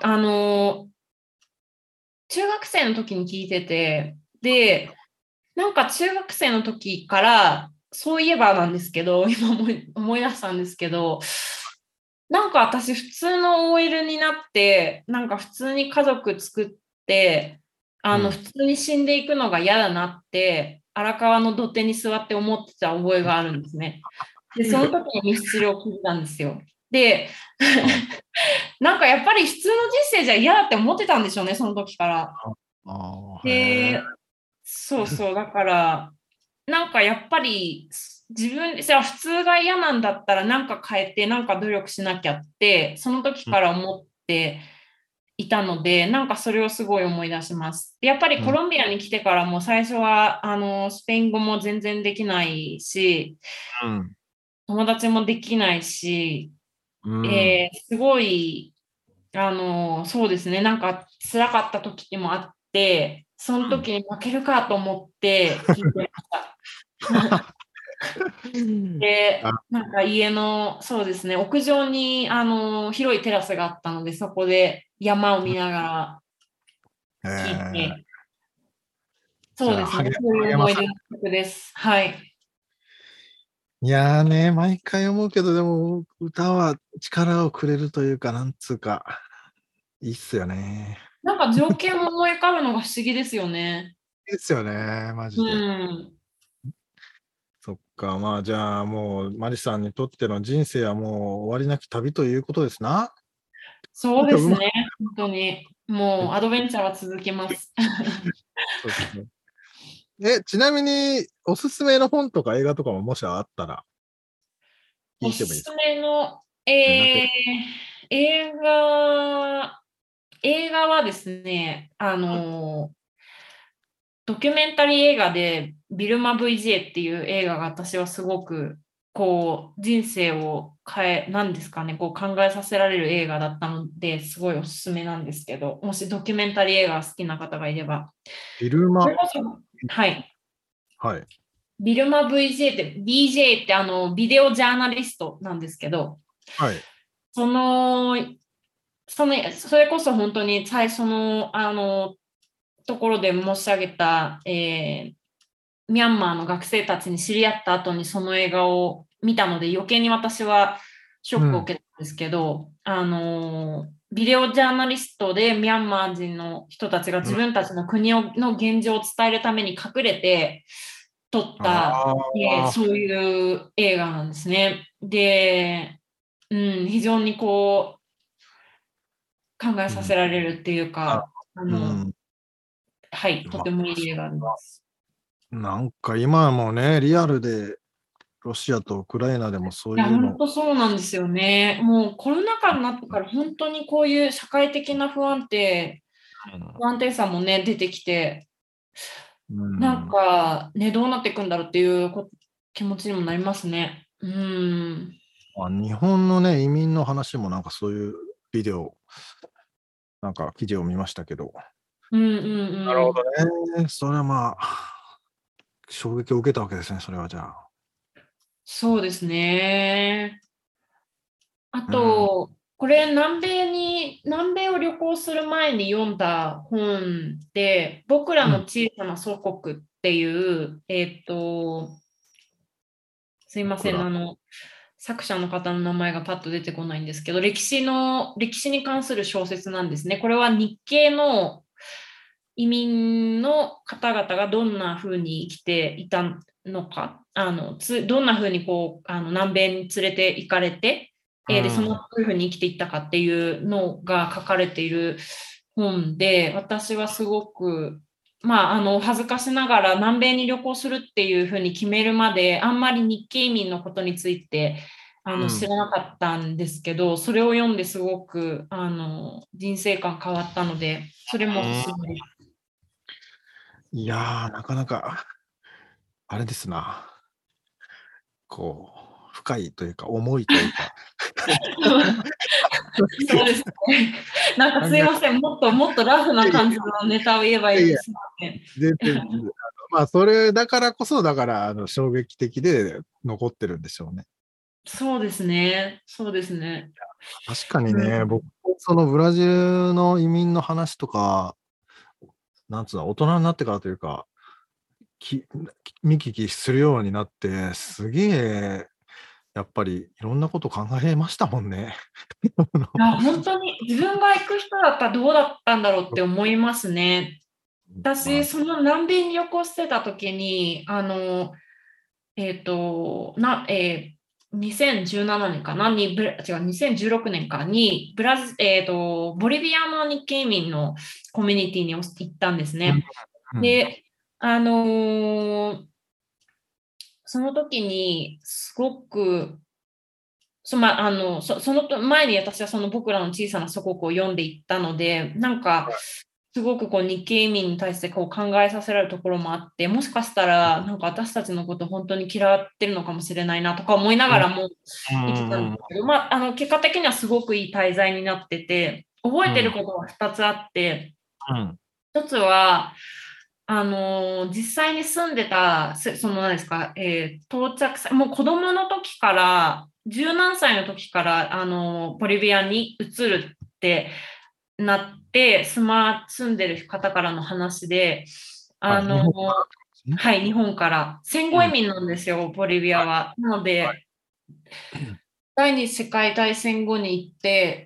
中学生の時に聞いてて、で、なんか中学生の時から、そういえばなんですけど、今思い出したんですけど、なんか私普通の OL になって、なんか普通に家族作って、普通に死んでいくのが嫌だなって、荒川の土手に座って思ってた覚えがあるんですね。で、その時にミスチルを聞いたんですよ。で、 あなんかやっぱり普通の人生じゃ嫌だって思ってたんでしょうね、その時から。 へえ。 で、そうそう、だから、なんかやっぱり自分、じゃあ普通が嫌なんだったらなんか変えて、なんか努力しなきゃって、その時から思っていたので、なんかそれをすごい思い出します。でやっぱりうん、 コロンビアに来てからも最初はスペイン語も全然できないし、 うん、 友達もできないし、 うん。 すごいそうですね、なんか辛かった時もあって、その時に負けるかと思って聞いてました。で、 あ、 なんか家の、そうですね、屋上に広いテラスがあったので、そこで山を見ながらへ聞いえ。 て、 じゃあ、 そうですね、そういう励まされ思い出の曲です。はい。 いやーね、毎回思うけど、でも、歌は力をくれるというか、なんつうか、いいっすよね。 なんか情景も思い浮かぶのが不思議ですよね。 いいっすよね、マうジで。 ん。 そっか、まあ、じゃあ、もう、マリさんにとっての人生はもう終わりなき旅ということですな。 そううまですね、本当に。もうアドベンチャーは続きます。 そうですね。ちなみに、おすすめの本とか映画とかももしあったら聞おすすいてもいいですか？ めの、 なんか、 映画、映画はですね、ドキュメンタリー映画で、ビルマ VJ っていう映画が私はすごく、こう、人生をなんですかね、こう考えさせられる映画だったので、すごいおすすめなんですけど、もしドキュメンタリー映画が好きな方がいれば。 ビルマそれこそ、はい。 はい。 ビルマ VJ って、BJ ってビデオジャーナリストなんですけど、 はい。 その、それこそ本当に最初の、ところで申し上げた、ミャンマーの学生たちに知り合った後にその映画を見たので、余計に私はショックをうん。 受けたんですけど、ビデオジャーナリストでミャンマー人の人たちがうん。 自分たちのの現状を伝えるために隠れて撮っあた、 あ。 そういう映画なんですね。で、非常にこう考えうん。 させられるっていうあ、 か、 うん。 はい、とま、 てもいい映画です。 なんか今もね、リアルでロシアとウクライナでもそういや、 いうの。 本当そうなんですよね。もうコロナ禍になってから本当にこういう社会的な不安定さもね、出てきて、なんかね、どうなっていくんだろうっていう気持ちにもなりますね。 日本のね、移民の話もなんかそういうビデオ、なんか記事を見ましたけど。なるほどね。それはまあ、衝撃を受けたわけですね、それはじゃあ。 そうですね。あと、これ南米を旅行する前に読んだ本で、僕らの小さな祖国っていう、すいません、作者の方の名前がパッと出てこないんですけど、歴史に関する小説なんですね。これは日系の移民の方々がどんな風に生きていたのか、どんな風に南米に連れて行かれて、でどういう風に生きていったかっていうのが書かれている本で、私はすごく恥ずかしながら南米に旅行するっていうふうに決めるまであんまり日系移民のことについて知らなかったんですけど、それを読んですごく人生観変わったので、それもおすすめです。 いやー、なかなか、あれですな。こう、深いというか、重いというか。 そうですね。なんかすいません、もっとラフな感じのネタを言えばいいんですね。 全然まあ、それだからこそ、だから、衝撃的で残ってるんでしょうね。 そうですね。そうですね。 確かにね、僕、そのブラジルの移民の話とか、なんつうの、大人になってからというか、見聞きするようになって、すげえ、やっぱりいろんなこと考えましたもんね。 いや、本当に自分が行く人だったらどうだったんだろうって思いますね。私、その南米に旅行してた時に、2017年かなに、2016年かに、ボリビアの日系移民のコミュニティに行ったんですね。で、その時に、すごく、その前に私はその僕らの小さな祖国を読んでいったので、なんか、すごく日系移民に対して考えさせられるところもあって、もしかしたらなんか私たちのこと本当に嫌ってるのかもしれないなとか思いながらも生きたんですけど、結果的にはすごくいい滞在になってて、覚えてることが2つあって、1つは、実際に住んでた、何ですか、到着もう子供の時から、十何歳の時から、ボリビアに移るってなって、住んでる方からの話で、日本から。戦後移民なんですよ、ボリビアは。なので、第二次世界大戦後に行って、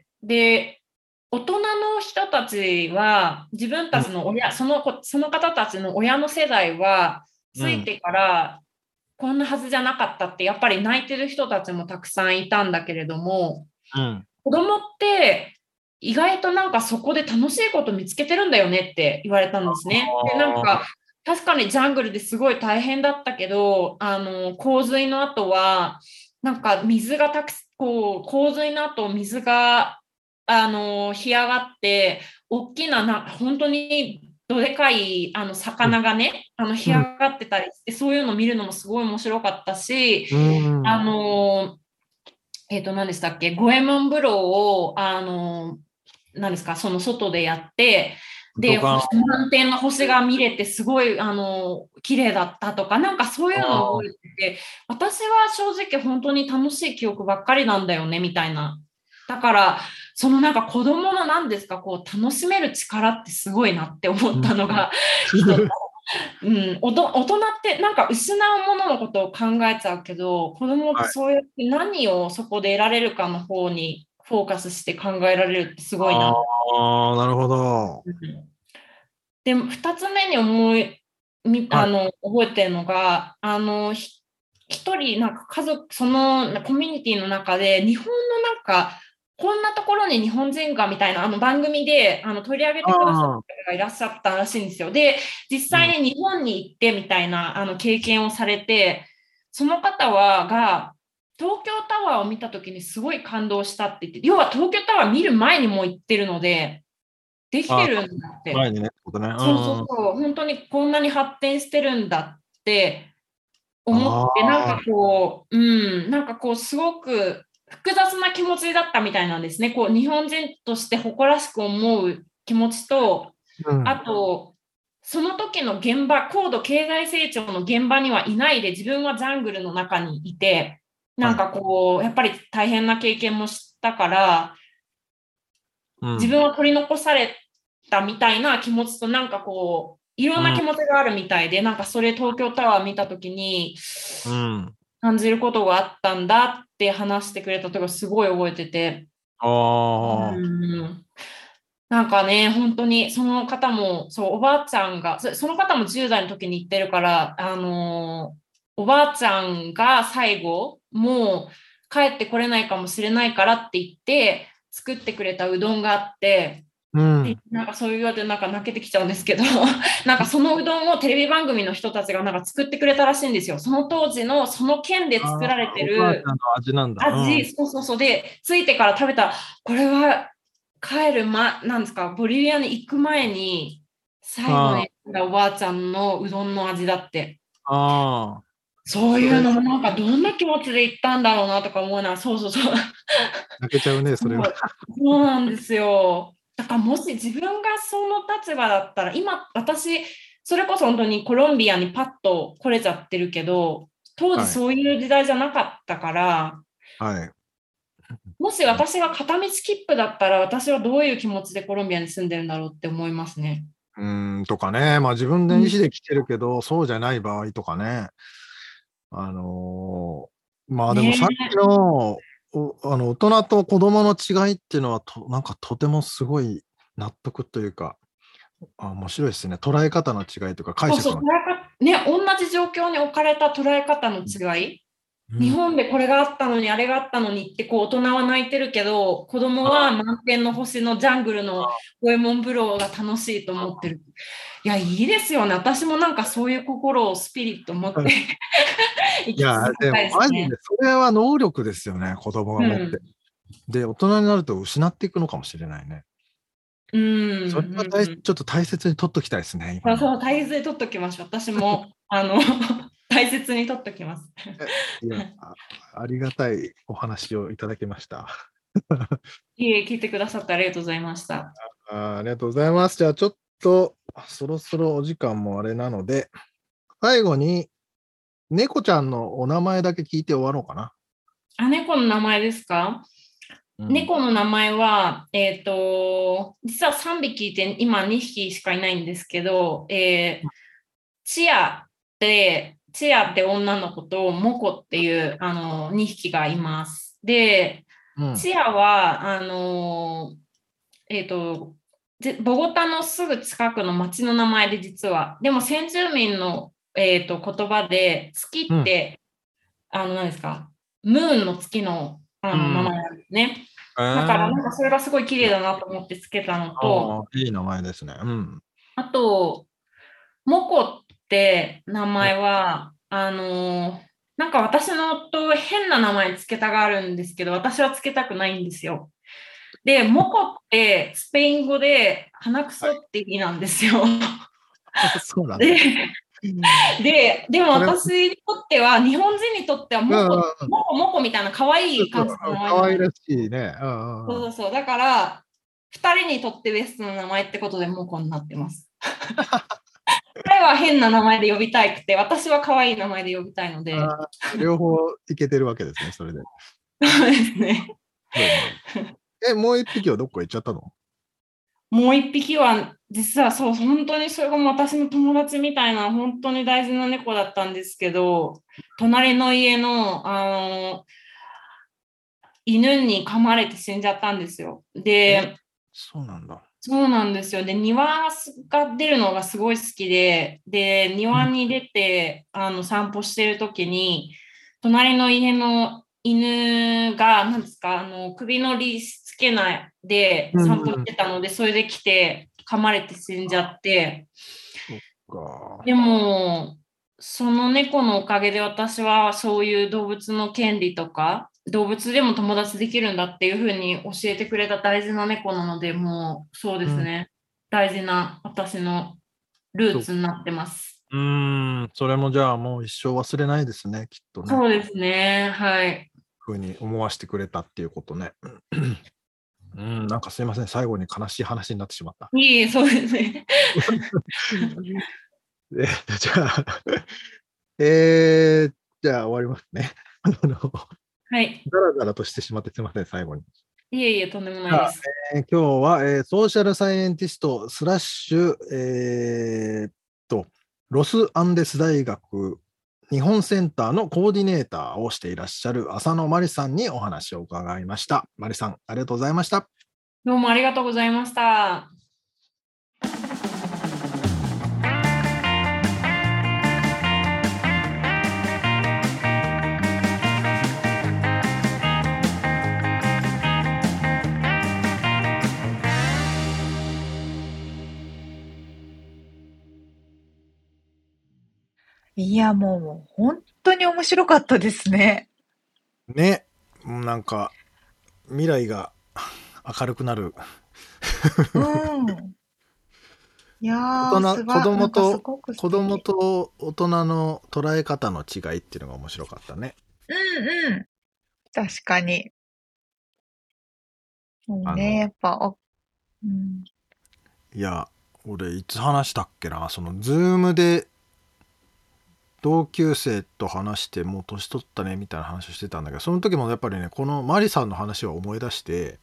で、大人の人たちは、自分たちのその方たちの親の世代は、ついてから、こんなはずじゃなかったって、やっぱり泣いてる人たちもたくさんいたんだけれども、子供って意外となんかそこで楽しいこと見つけてるんだよねって言われたんですね。で、なんか確かにジャングルですごい大変だったけど、洪水の後は、なんか水が洪水の後水が干上がって、大きな本当にどでかい魚がね、干上がってたりして、そういうのを見るのもすごい面白かったし、何でしたっけ、五右衛門風呂を、何ですか、その外でやって、で、満天の星が見れて、すごい、綺麗だったとか、なんかそういうのを覚えてて、私は正直本当に楽しい記憶ばっかりなんだよね、みたいな。だから、そのなんか子供の何ですか、楽しめる力ってすごいなって思ったのが一つ。大人ってなんか失うもののことを考えちゃうけど、子供ってそうやって何をそこで得られるかの方にフォーカスして考えられるってすごいな。 なるほど。 で、2つ目に覚えてるのが、一人なんか家族、そのコミュニティの中で日本のなんかこんなところに日本人がみたいな番組で取り上げてくださった方がいらっしゃったらしいんですよ。で、実際に日本に行ってみたいな経験をされて、 その方が東京タワーを見たときにすごい感動したって言って、要は東京タワー見る前にもう行ってるので、できてるんだって。 前にね、ってことね。 そうそうそう、本当にこんなに発展してるんだって思って、なんかこう、なんかこう、すごく複雑な気持ちだったみたいなんですね。こう、日本人として誇らしく思う気持ちと、あと、その時の現場、高度経済成長の現場にはいないで、自分はジャングルの中にいて、なんかこう、やっぱり大変な経験もしたから、自分は取り残されたみたいな気持ちと、なんかこう、いろんな気持ちがあるみたいで、なんかそれ東京タワー見たときに感じることがあったんだって話してくれたとこすごい覚えてて。なんかね、本当にその方も、そう、おばあちゃんが、その方も10代の時に行ってるから、おばあちゃんが最後、もう帰ってこれないかもしれないからって言って、作ってくれたうどんがあって、なんかそういう言われてなんか泣けてきちゃうんですけどなんかそのうどんをテレビ番組の人たちがなんか作ってくれたらしいんですよ。その当時のその県で作られてるおばあちゃんの味なんだ。 そうそうそう。で、ついてから食べた、これは帰るなんですか、ボリビアに行く前に最後に食べたおばあちゃんのうどんの味だって。そういうのもなんかどんな気持ちで行ったんだろうなとか思うな。そうそうそう。 泣けちゃうね、それは。 そうなんですよ。だからもし自分がその立場だったら、今私、それこそ本当にコロンビアにパッと来れちゃってるけど、当時そういう時代じゃなかったから、もし私が片道切符だったら、私はどういう気持ちでコロンビアに住んでるんだろうって思いますね。 とかね、まあ自分で意思で来てるけど、そうじゃない場合とかね。まあでもさっきの、大人と子供の違いっていうのはなんかとてもすごい納得というか、面白いですね。捉え方の違いとか解釈の。 ね、同じ状況に置かれた捉え方の違い。日本でこれがあったのにあれがあったのにってこう大人は泣いてるけど子供は満天の星のジャングルの五右衛門風呂が楽しいと思ってる。いや、いいですよね。私もなんかそういう心をスピリット持っていや、でもマジでそれは能力ですよね、子供が持って。で、大人になると失っていくのかもしれないね。それはちょっと大切に取っときたいですね。 そう、大切に取っときましょう。私も大切に取っときます。 いや、ありがたいお話をいただきました。 いえ、聞いてくださってありがとうございました。 ありがとうございます。じゃあちょっとそろそろお時間もあれなので、最後に猫ちゃんのお名前だけ聞いて終わろうかな。 猫の名前ですか？猫の名前は、実は3匹いて、今2匹しかいないんですけど、チアって女の子とモコっていう2匹がいます。で、チアは、ボゴタのすぐ近くの町の名前で実は、でも先住民の、言葉で月って、何ですか、ムーンの月の、名前なんですね。だからなんかそれがすごい綺麗だなと思ってつけたのと、 いい名前ですね。 あと、モコって名前は、なんか私の夫変な名前つけたがるんですけど、私はつけたくないんですよ。で、モコってスペイン語で鼻くそって意味なんですよ。 そうなんだ。 でも私にとっては、日本人にとってはモコみたいな可愛い感じの名前。 可愛らしいね。 そう。だから、2人にとってベストの名前ってことでモコになってます。彼は変な名前で呼びたくて、私は可愛い名前で呼びたいので。 両方いけてるわけですね、それで。 そうですね。 もう一匹はどこか行っちゃったの？ もう一匹は、実はそう、本当にそれが私の友達みたいな、本当に大事な猫だったんですけど、隣の家の、犬に噛まれて死んじゃったんですよ。で、 そうなんだ。 そうなんですよ。で、庭が出るのがすごい好きで、庭に出て、散歩してるときに、隣の家の犬が、なんですか、首のリースつけないで散歩してたので、それで来て、噛まれて死んじゃって、でも、 その猫のおかげで私はそういう動物の権利とか、動物でも友達できるんだっていうふうに教えてくれた大事な猫なので、もうそうですね。大事な私のルーツになってます。 それもじゃあもう一生忘れないですね、きっとね。 そうですね。はい。 ふうに思わせてくれたっていうことね。なんかすいません、最後に悲しい話になってしまった。 いえ、そうですね。 じゃあ、じゃあ終わりますね。 はい。 だらだらとしてしまってすいません、最後に。 いえいえ、とんでもないです。 今日は、ソーシャルサイエンティストスラッシュ、ロスアンデス大学日本センターのコーディネーターをしていらっしゃる浅野真理さんにお話を伺いました。真理さん、ありがとうございました。 どうもありがとうございました。 いや、もう本当に面白かったですね。 ね、なんか未来が明るくなる。 いやー、 子供なんかすとごく素子供敵。 と大人の捉え方の違いっていうのが面白かったね。 確かに。もうね、やっぱ、 いや、俺いつ話したっけな、そのズームで同級生と話してもう年取ったねみたいな話をしてたんだけど、その時もやっぱりね、このマリさんの話を思い出して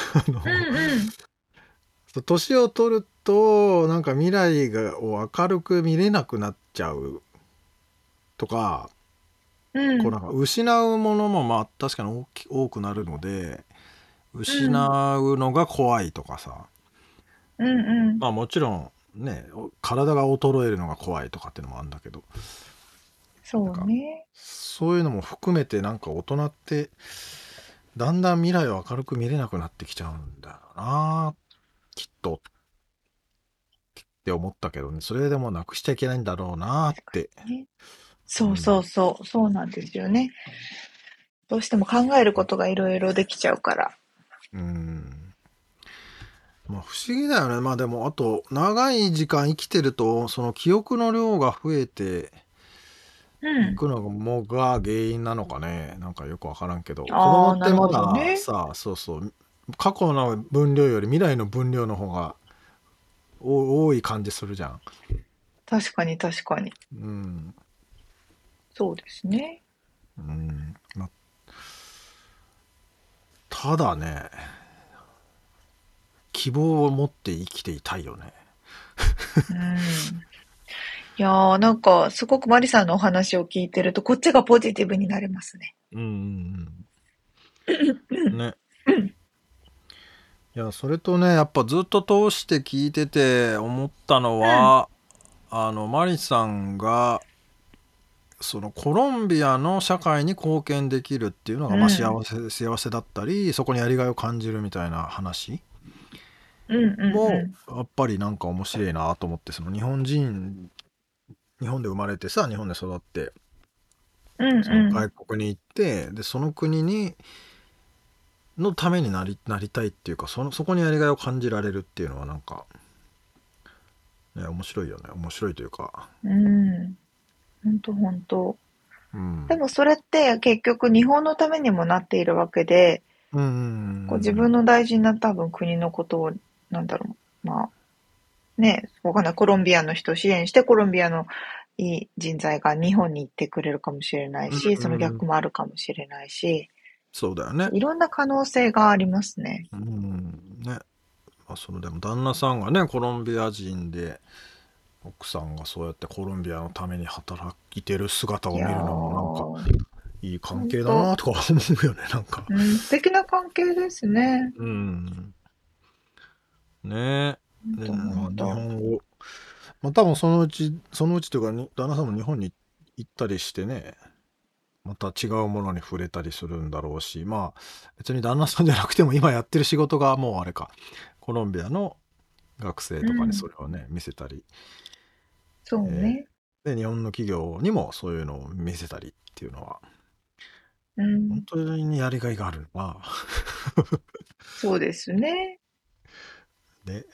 年を取るとなんか未来を明るく見れなくなっちゃうとか、こうなんか失うものもまあ確かに多くなるので、失うのが怖いとかさ、まあもちろんね、体が衰えるのが怖いとかっていうのもあるんだけど、 そうね。 そういうのも含めてなんか大人ってだんだん未来を明るく見れなくなってきちゃうんだよな、きっとって思ったけどね、それでもなくしちゃいけないんだろうなって。 そうなんですよね。どうしても考えることがいろいろできちゃうから。 まあ不思議だよね。まあでもあと長い時間生きてるとその記憶の量が増えていくのが原因なのかね。なんかよくわからんけど、子供ってまださ、過去の分量より未来の分量の方が多い感じするじゃん。 確かに。そうですね。 まあ、ただね、希望を持って生きていたいよね。 いやー、なんか、すごくマリさんのお話を聞いてると、こっちがポジティブになれますね。 ね。いや、それとね、やっぱずっと通して聞いてて思ったのは、マリさんがそのコロンビアの社会に貢献できるっていうのがまあ幸せだったり、そこにやりがいを感じるみたいな話もやっぱりなんか面白いなと思って、その日本で生まれてさ、日本で育って、その外国に行って、でその国のためになりたいっていうか、そこにやりがいを感じられるっていうのはなんか、ね、面白いよね。面白いというか。 本当。でもそれって結局日本のためにもなっているわけで、こう自分の大事な多分国のことを、なんだろう、まあ、ね、わかんない。コロンビアの人を支援して、コロンビアのいい人材が日本に行ってくれるかもしれないし、その逆もあるかもしれないし、 そうだよね。 いろんな可能性がありますね。 ね。でも旦那さんがね、コロンビア人で、奥さんがそうやってコロンビアのために働いてる姿を見るのもなんかいい関係だなとか思うよね、なんか。 素敵な関係ですね。 ねえ。日本語。まあ多分そのうちというか、旦那さんも日本に行ったりしてね、また違うものに触れたりするんだろうし、まあ別に旦那さんじゃなくても今やってる仕事がもうあれか、コロンビアの学生とかにそれをね、見せたり。 そうね。 で、日本の企業にもそういうのを見せたりっていうのは、本当にやりがいがあるな。 そうですね。 ね。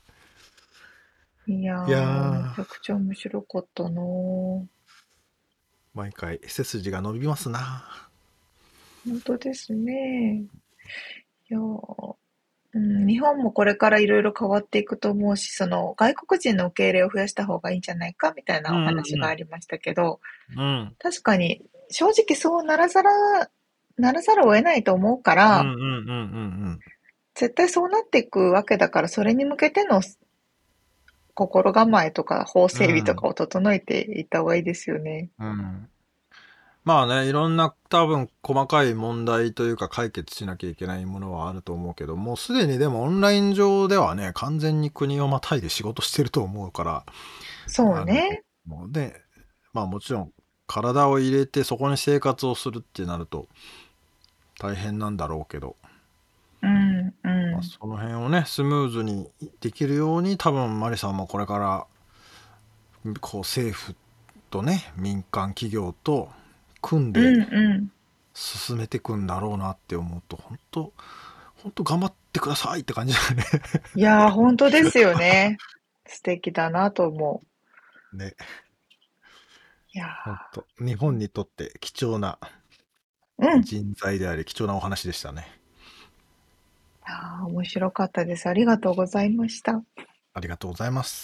いやいやー、めちー、 ゃくちゃ面白かったなー。 毎回背筋が伸びますな。 本当ですね。いやー、日本もこれからいろいろ変わっていくと思うし、その外国人の受け入れを増やした方がいいんじゃないかみたいなおうん話がありましたけど、 うんうん。 確かに正直そうならざるを得ないと思うかうんら、 うんうんうん絶対そうなっていくわけだから、それに向けての心構えとか法整備とかを整えていった方がいいですよね。 うん。うん。まあね、いろんな多分細かい問題というか解決しなきゃいけないものはあると思うけど、もうすでにでもオンライン上ではね、完全に国をまたいで仕事してると思うから、 そうね。 もうで、まあもちろん体を入れてそこに生活をするってなると大変なんだろうけど、 うんうまあ、 ん。 その辺をね、スムーズにできるように多分マリさんもこれからこう政府とね、民間企業と組んうでんう進めていくんだろうなって思うと、本当頑張ってくださいって感じだね。 ん。いやー、本当ですよね。素敵だなと思う。 ね、 いや本当日本にとって貴重なー、うん。い人材であり貴重なお話でしたね。 やー、面白かったです。ありがとうございました。 ありがとうございます。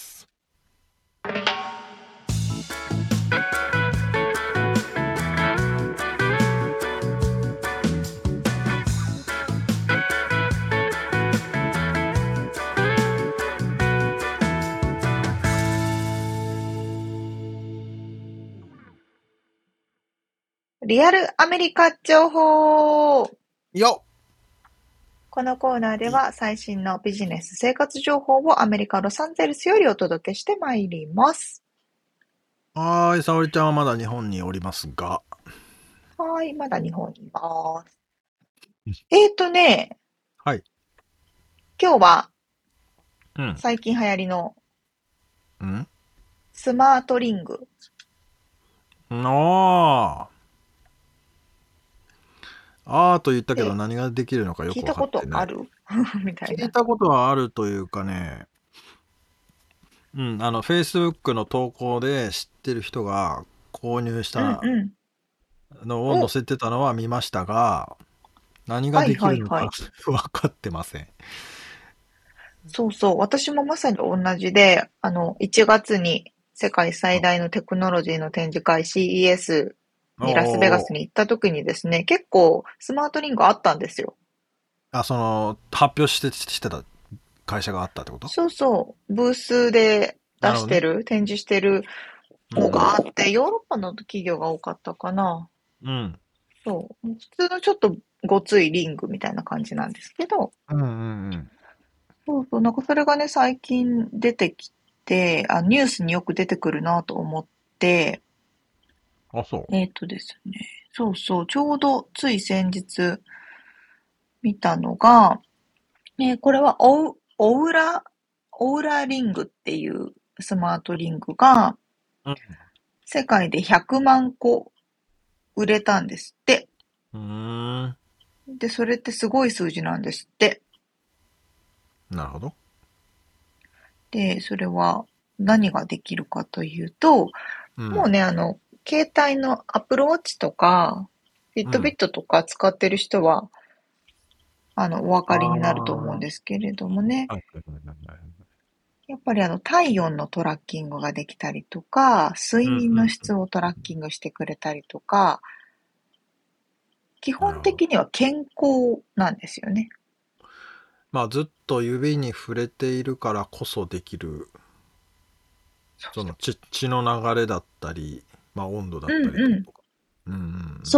リアルアメリカ情報。 よこのコーナーでは最新のビジネス生活情報をアメリカ・ロサンゼルスよりお届けしてまいります。 はーい、沙織ちゃんはまだ日本におりますが。 はい、まだ日本にいます。 うんね、 はい。 今日はうん。 最近流行りのうんスマートリング。 あーと言ったけどで、 何ができるのかよく分聞いたこかってない。 とあるみたいな。 聞いたことはあるというかね、Facebook の投稿で知ってる人が購入したうん。 のを載お、 せてたのは見ましたが、何がはいできるのかはいはい。 分かってません。 そうそう。私もまさに同じで、1月に世界最大のテクノロジーの展示会 CES にラスベガおー。 スに行った時にですね、結構スマートリングあったんですよ。 発表してた会社があったってこと？ そうそう。ブースでなるほどね。 展示してるのうん。 があって、ヨーロッパの企業が多かったかな。 うん。 そう。普通のちょっとごついリングみたいな感じなんですけど、 うんうんそうそう。なんかそれがね、最近出てきて、ニュースによく出てくるなと思って、 うん。あ、そう。 ですね。そうそう。ちょうどつい先日見たのが、これはオウラリングっていうスマートリングがうん。 世界で100万個売れたんですって。 うーん。 で、それってすごい数字なんですって。 なるほど。 で、それは何ができるかというと、 うん。 もうね、携帯のアプローチとか、フィットビットとか使ってる人は、お分あかりになると思うんあ。 ですけれどもね。 はいはいはいはいはい。 やっぱり体温のトラッキングができたりとか、睡うん眠のうん質をトラッキングしてくれたりとか、基なるほど。 本的には健康なんですよね。 まあずっと指に触れているからこそできる、 そうそう。 その血の流れだったり、まあ温度だっうんたりってうん。 ことか。うんうんうん。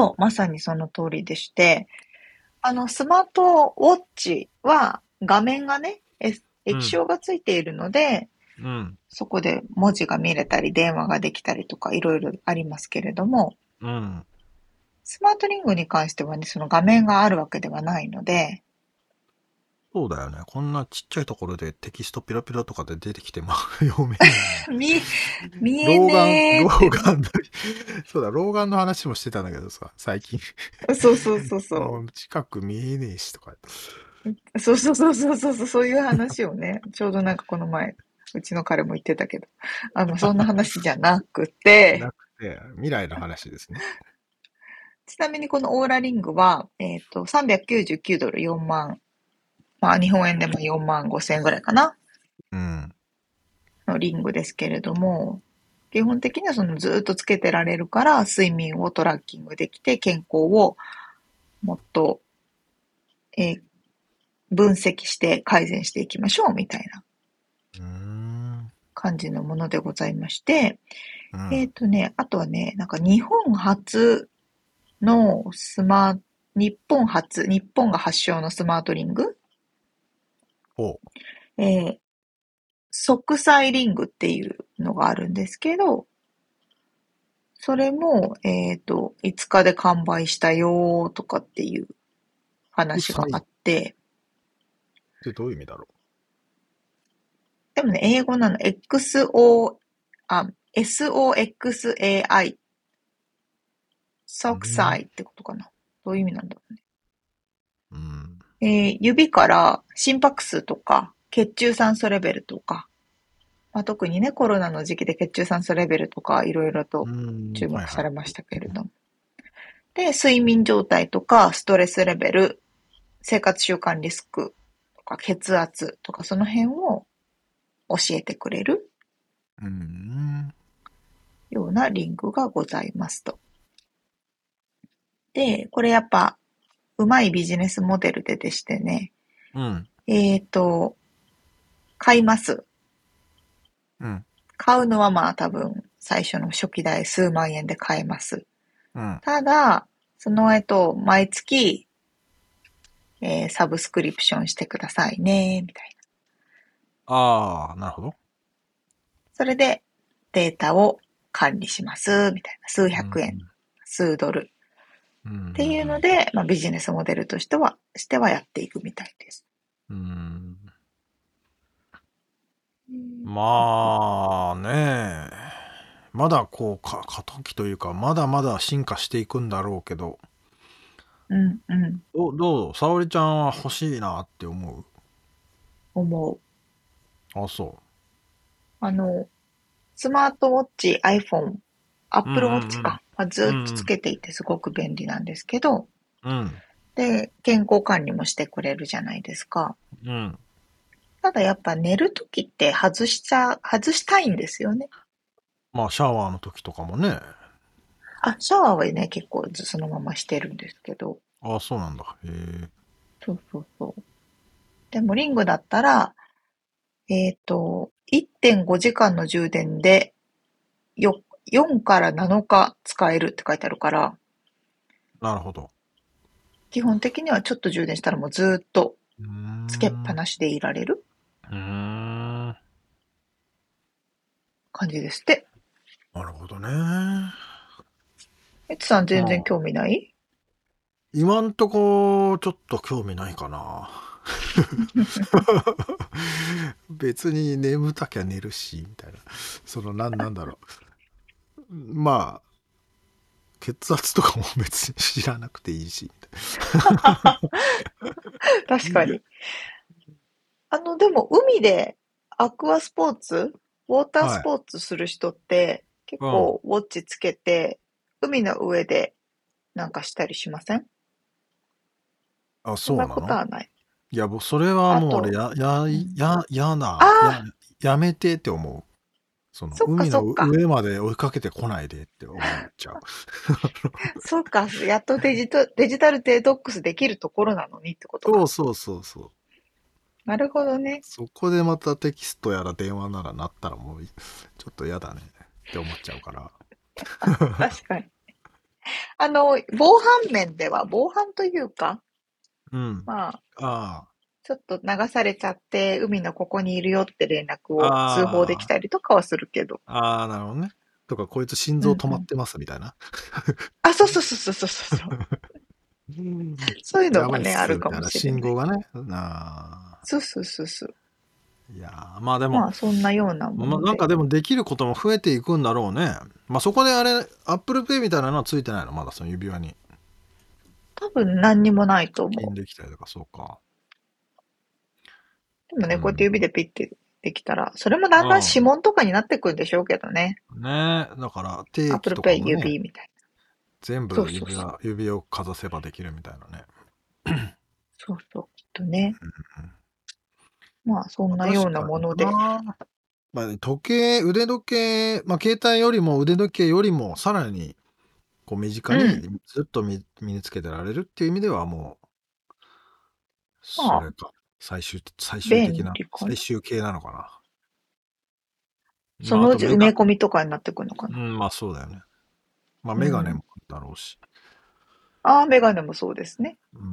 そう、まさにその通りでして、スマートウォッチは画面がね、液うん晶がついているので、 うん。 そこで文字が見れたり、電話ができたりとか、いろいろありますけれども、 うん。 スマートリングに関してはね、その画面があるわけではないので、 そうだよね。こんなちっちゃいところでテキストピラピラとかで出てきても読めない見え老眼、 ねーって。 老眼の、そうだ、老眼の話もしてたんだけどさ、最近。 そうそうそうそもう近く見えねえしとか。 う。そうそうそうそうそうそう、そういう話をね、ちょうどなんかこの前、うちの彼も言ってたけど、そんな話じゃなくて、 なくて、未来の話ですね。 ちなみにこのオーラリングは、$399、4万。まあ、日本円でも4万5千円ぐらいかなうん。 のリングですけれども、基本的にはそのずっとつけてられるから、睡眠をトラッキングできて、健康をもっと、えー分析して改善していきましょうみたいな感じのものでございまして、あとはね、なんか日本初の日本が発祥のスマートリング、 ほ即歳リングっていうのがあるんですけど、それも、5日で完売したよとかっていう話があって、 ってどういう意味だろでもね、英語なの、SOXAI、即歳ってことかな。どういう意味なんだろうね。 う。うん。 指から心拍数とか、血中酸素レベルとか、まあ、特にね、コロナの時期で血中酸素レベルとかいろいろと注目されましたけれども。で、睡眠状態とか、ストレスレベル、生活習慣リスクとか、血圧とか、その辺を教えてくれるようなリングがございますと。で、これやっぱ、うまいビジネスモデルでしてね、買います。買うのはまあ多分、最初の初期代数万円で買えます。ただ、その毎月、サブスクリプションしてくださいね、みたいな。ああ、なるほど。 それでデータを管理します、みたいな。数百円、数ドル。っていうので、まあ、ビジネスモデルとしてはやっていくみたいです。 まあね、まだこう過渡期というか、まだまだ進化していくんだろうけど、どう沙織ちゃんは欲しいなって思う？ 思う。 あ、そう。 スマートウォッチ、iPhone、Apple Watch か。ずっとつけていてすごく便利なんですけど、で、健康管理もしてくれるじゃないですか。ただやっぱ寝るときって外したいんですよね。 まあシャワーの時とかもね。 シャワーはね、結構そのまましてるんですけど。 あ、そうなんだ。へえ。 そうそうそう。でもリングだったら、1.5 時間の充電で4から7日使えるって書いてあるから。 なるほど。 基本的にはちょっと充電したらもうずっとつけっぱなしでいられる感じですって。 なるほどね。 エツさん全然興味ない？ 今んとこちょっと興味ないかな。別に眠たきゃ寝るしみたいな。なんだろう。まあ血圧とかも別に知らなくていいし。 確かに。でも海でアクアスポーツ、ウォータースポーツする人って、結構ウォッチつけて、海の上でなんかしたりしません？ あ、そうなの？ そんなことはない。 いや、それはもう俺やめてって思う。海の上まで追いかけてこないでって思っちゃう。 そうか、やっとデジタルデトックスできるところなのにってことか。 そう。 なるほどね。 そこでまたテキストやら電話ならなったらもうちょっと嫌だねって思っちゃうから。 確かに。防犯面では、防犯というか、まあ、ちょっと流されちゃって、海のここにいるよって連絡を通報できたりとかはするけど。 なるほどね。とか、こいつ心臓止まってますみたいな。 そう。 そういうのやばいっがね、あるかすみたいなもしれない。 信号がね。なあ。 そうそうそうそう。 いやー、まあでも、 まあ、そんなようなもので。 なんかでもできることも増えていくんだろうね。まあそこであれ、Apple Pay みたいなのはついてないのまだその指輪に。 多分何にもないと課金思できたりとか、そうか。 う。でもね、こうやってうん。 指でピッてできたら、それもだんだん指紋とかになってくるんでしょうけどね。 ねえ、だから定期 Apple とか Pay もね、 指みたい全な。そう部そうそう。 指をかざせばできるみたいなね。 そうそう。きっとね。 うんまあ、そんまあ、 なような確かにもので。 な。まあ、腕時計、まあ、携帯よりも腕時計よりもさらにこう身近にずっと身につけてられるっていう意味ではもう、そまあ、 れか。最終的な、 便利かな。 最終形なのかな。まあ、 そのうち埋めあと込みとかになってくるのかな。 まあそうだよね。まあうん。 メガネもだろうし。 ああ、メガネもそうですね。 うん。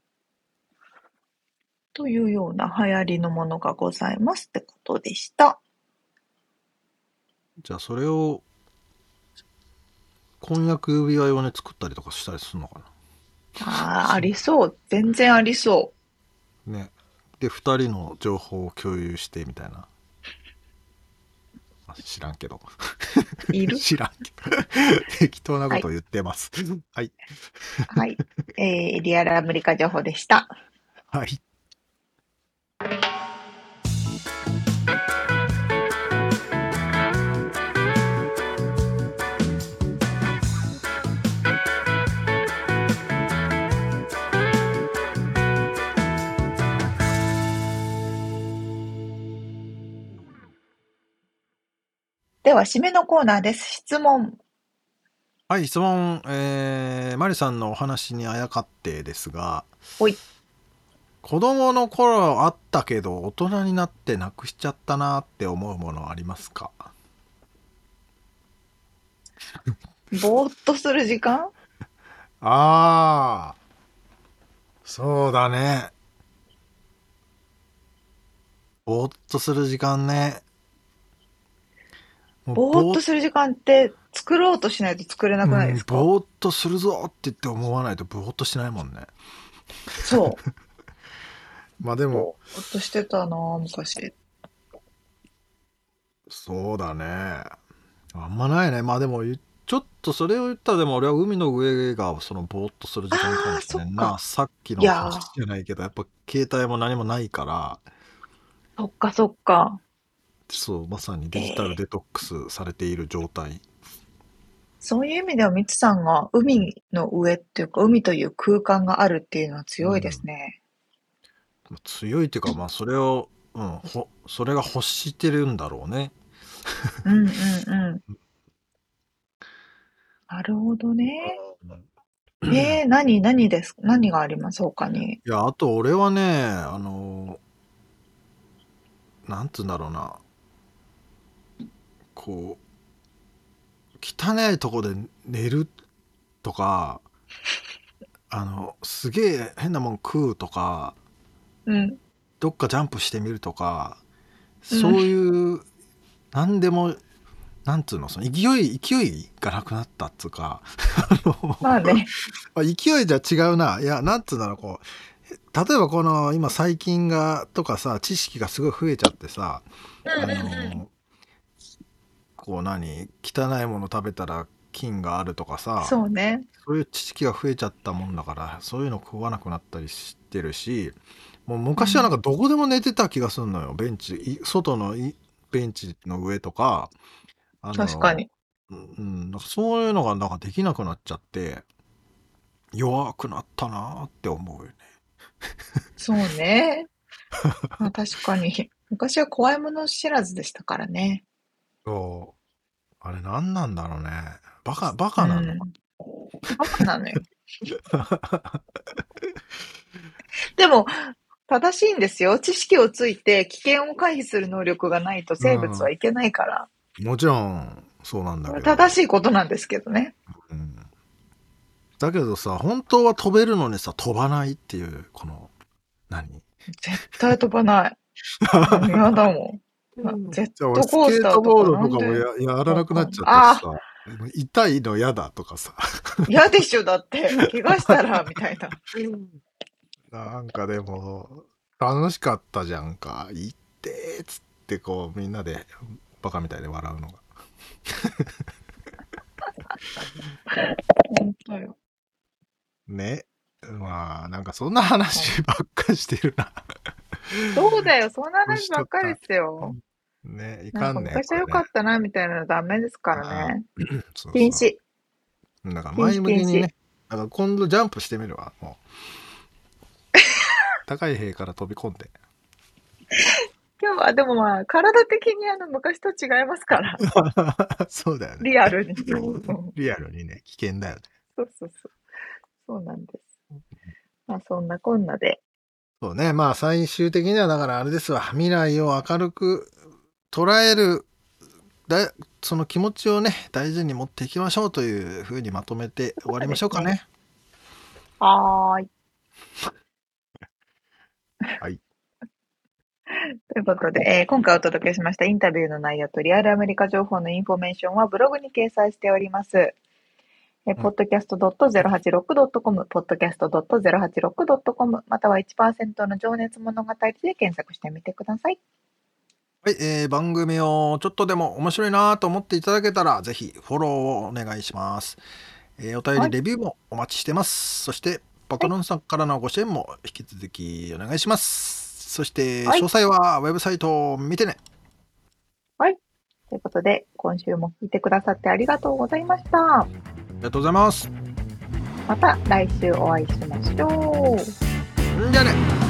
というような流行りのものがございますってことでした。 じゃあそれを婚約指輪用に作ったりとかしたりするのかああ、ありそう。全然ありそな。ね。で、二人の情報を共有してみたいな。知らんけど。 う。いる知らんけど。適当なはい。 ことを言ってます。はい。 はい。リアルアメリカ情報でした。 はい。 では、締めのコーナーです。質問。 はい、質問、マリさんのお話にあやかってですが、 ほい。 子供の頃あったけど大人になってなくしちゃったなって思うものありますか？ ぼーっとする時間。 ああ、そうだね。ぼーっとする時間ね。もうぼーっとする時間って作ろうとしないと作れなくないですか？ ぼーっとするぞって言って思わないとぼーっとしないもんね。 そう。 まあでも、 ぼーっとしてたなぁ、昔。 そうだね。あんまないね。まあでも、ちょっとそれを言ったらでも俺は海の上がそのぼーっとする時間かもああ、 しれんな。 そっか。 さっきいやー、 の話じゃないけど、やっぱ携帯も何もないから、 そっかそっか。 そう、まさにデジタルえー、 デトックスされている状態。 そういう意味では、ミツさんが海の上っていうか、海という空間があるっていうのは強いでうん。 すね。 強いっていうか、まあそれを、それが欲してるんだろうね。 うんうんうん。なるほどね。何ですか？何があります他に？ いや、あと俺はね、なんつうんだろうな、こう、汚いとこで寝るとか、すげえ変なもん食うとか、 うん、 どっかジャンプしてみるとか、 うん。 そういう、なんでも、なんつうの、その勢いがなくなったっつうか、 まあね。 勢いじゃ違うな。いや、なんつうんだろう、こう、例えばこの今細菌がとかさ、知識がすごい増えちゃってさ、あの、こう汚いもの食べたら菌があるとかさ、 そうね。 そういう知識が増えちゃったもんだから、そういうの食わなくなったりしてるし、もう昔はなんうん。 かどこでも寝てた気がするのよ。外のベンチの上とか、あの、 確かに。 なんかそういうのがなんかできなくなっちゃって、弱くなったなーって思うよね。 そうね。まあ確かに。昔は怖いもの知らずでしたからね。 そう。あれ何なんだろうね。バうカなのかん。バカなのよ。でも、正しいんですよ。知識をついて危険を回避する能力がないと生物な。 はいけないから。 もちろん、そうなんだけど。 正しいことなんですけどね。 うん。だけどさ、本当は飛べるのにさ、飛ばないっていう、この、何絶対飛ばない。もう嫌だもん。ジェッじゃあ俺トスケートコースターとかボードとかもなんでやらなくなっちゃったしああ、 さ。 痛いの嫌だとかさ。 嫌でしょ、だって。怪我したら、みたいな。 なんかでも、楽しかったじゃんか。いってーっつってこうみんなでバカみたいで笑うのが。 本当よ。 ね。まあ、なんかそんな話ばっかりしてるな。 そうだよ、そんな話ばっかりですよ。 ね、いなんかかんね。 昔は良かったな、みたいなのダメですからね。 そうそう禁止。 なんか前向きにね、なんか今度ジャンプしてみるわ、もう。高い塀から飛び込んで。 今日はでもまあ、体的に昔と違いますから。 そうだよね。 リアルに。 リアルにね、危険だよね。 そうそうそう。そうなんです。まあそんなこんなで。 そうね、まあ最終的にはだからあれですわ、未来を明るく捉える、その気持ちをね、大事に持っていきましょうというふうにまとめて終わりましょうかね。 はーい。 はい。 ということで、今回お届けしましたインタビューの内容とリアルアメリカ情報のインフォメーションはブログに掲載しております。podcast.086.com、podcast.086.com、または 1% の情熱物語で検索してみてください。 はい、番組をちょっとでも面白いなと思っていただけたら、ぜひフォローをお願いします。お便りレビューもお待ちしてます。そして、パトロンさんからのご支援も引き続きお願いします。そして、詳細はウェブサイトを見てね。 はい。ということで、今週も聞いてくださってありがとうございました。 ありがとうございます。 また来週お会いしましょう。 じゃあね。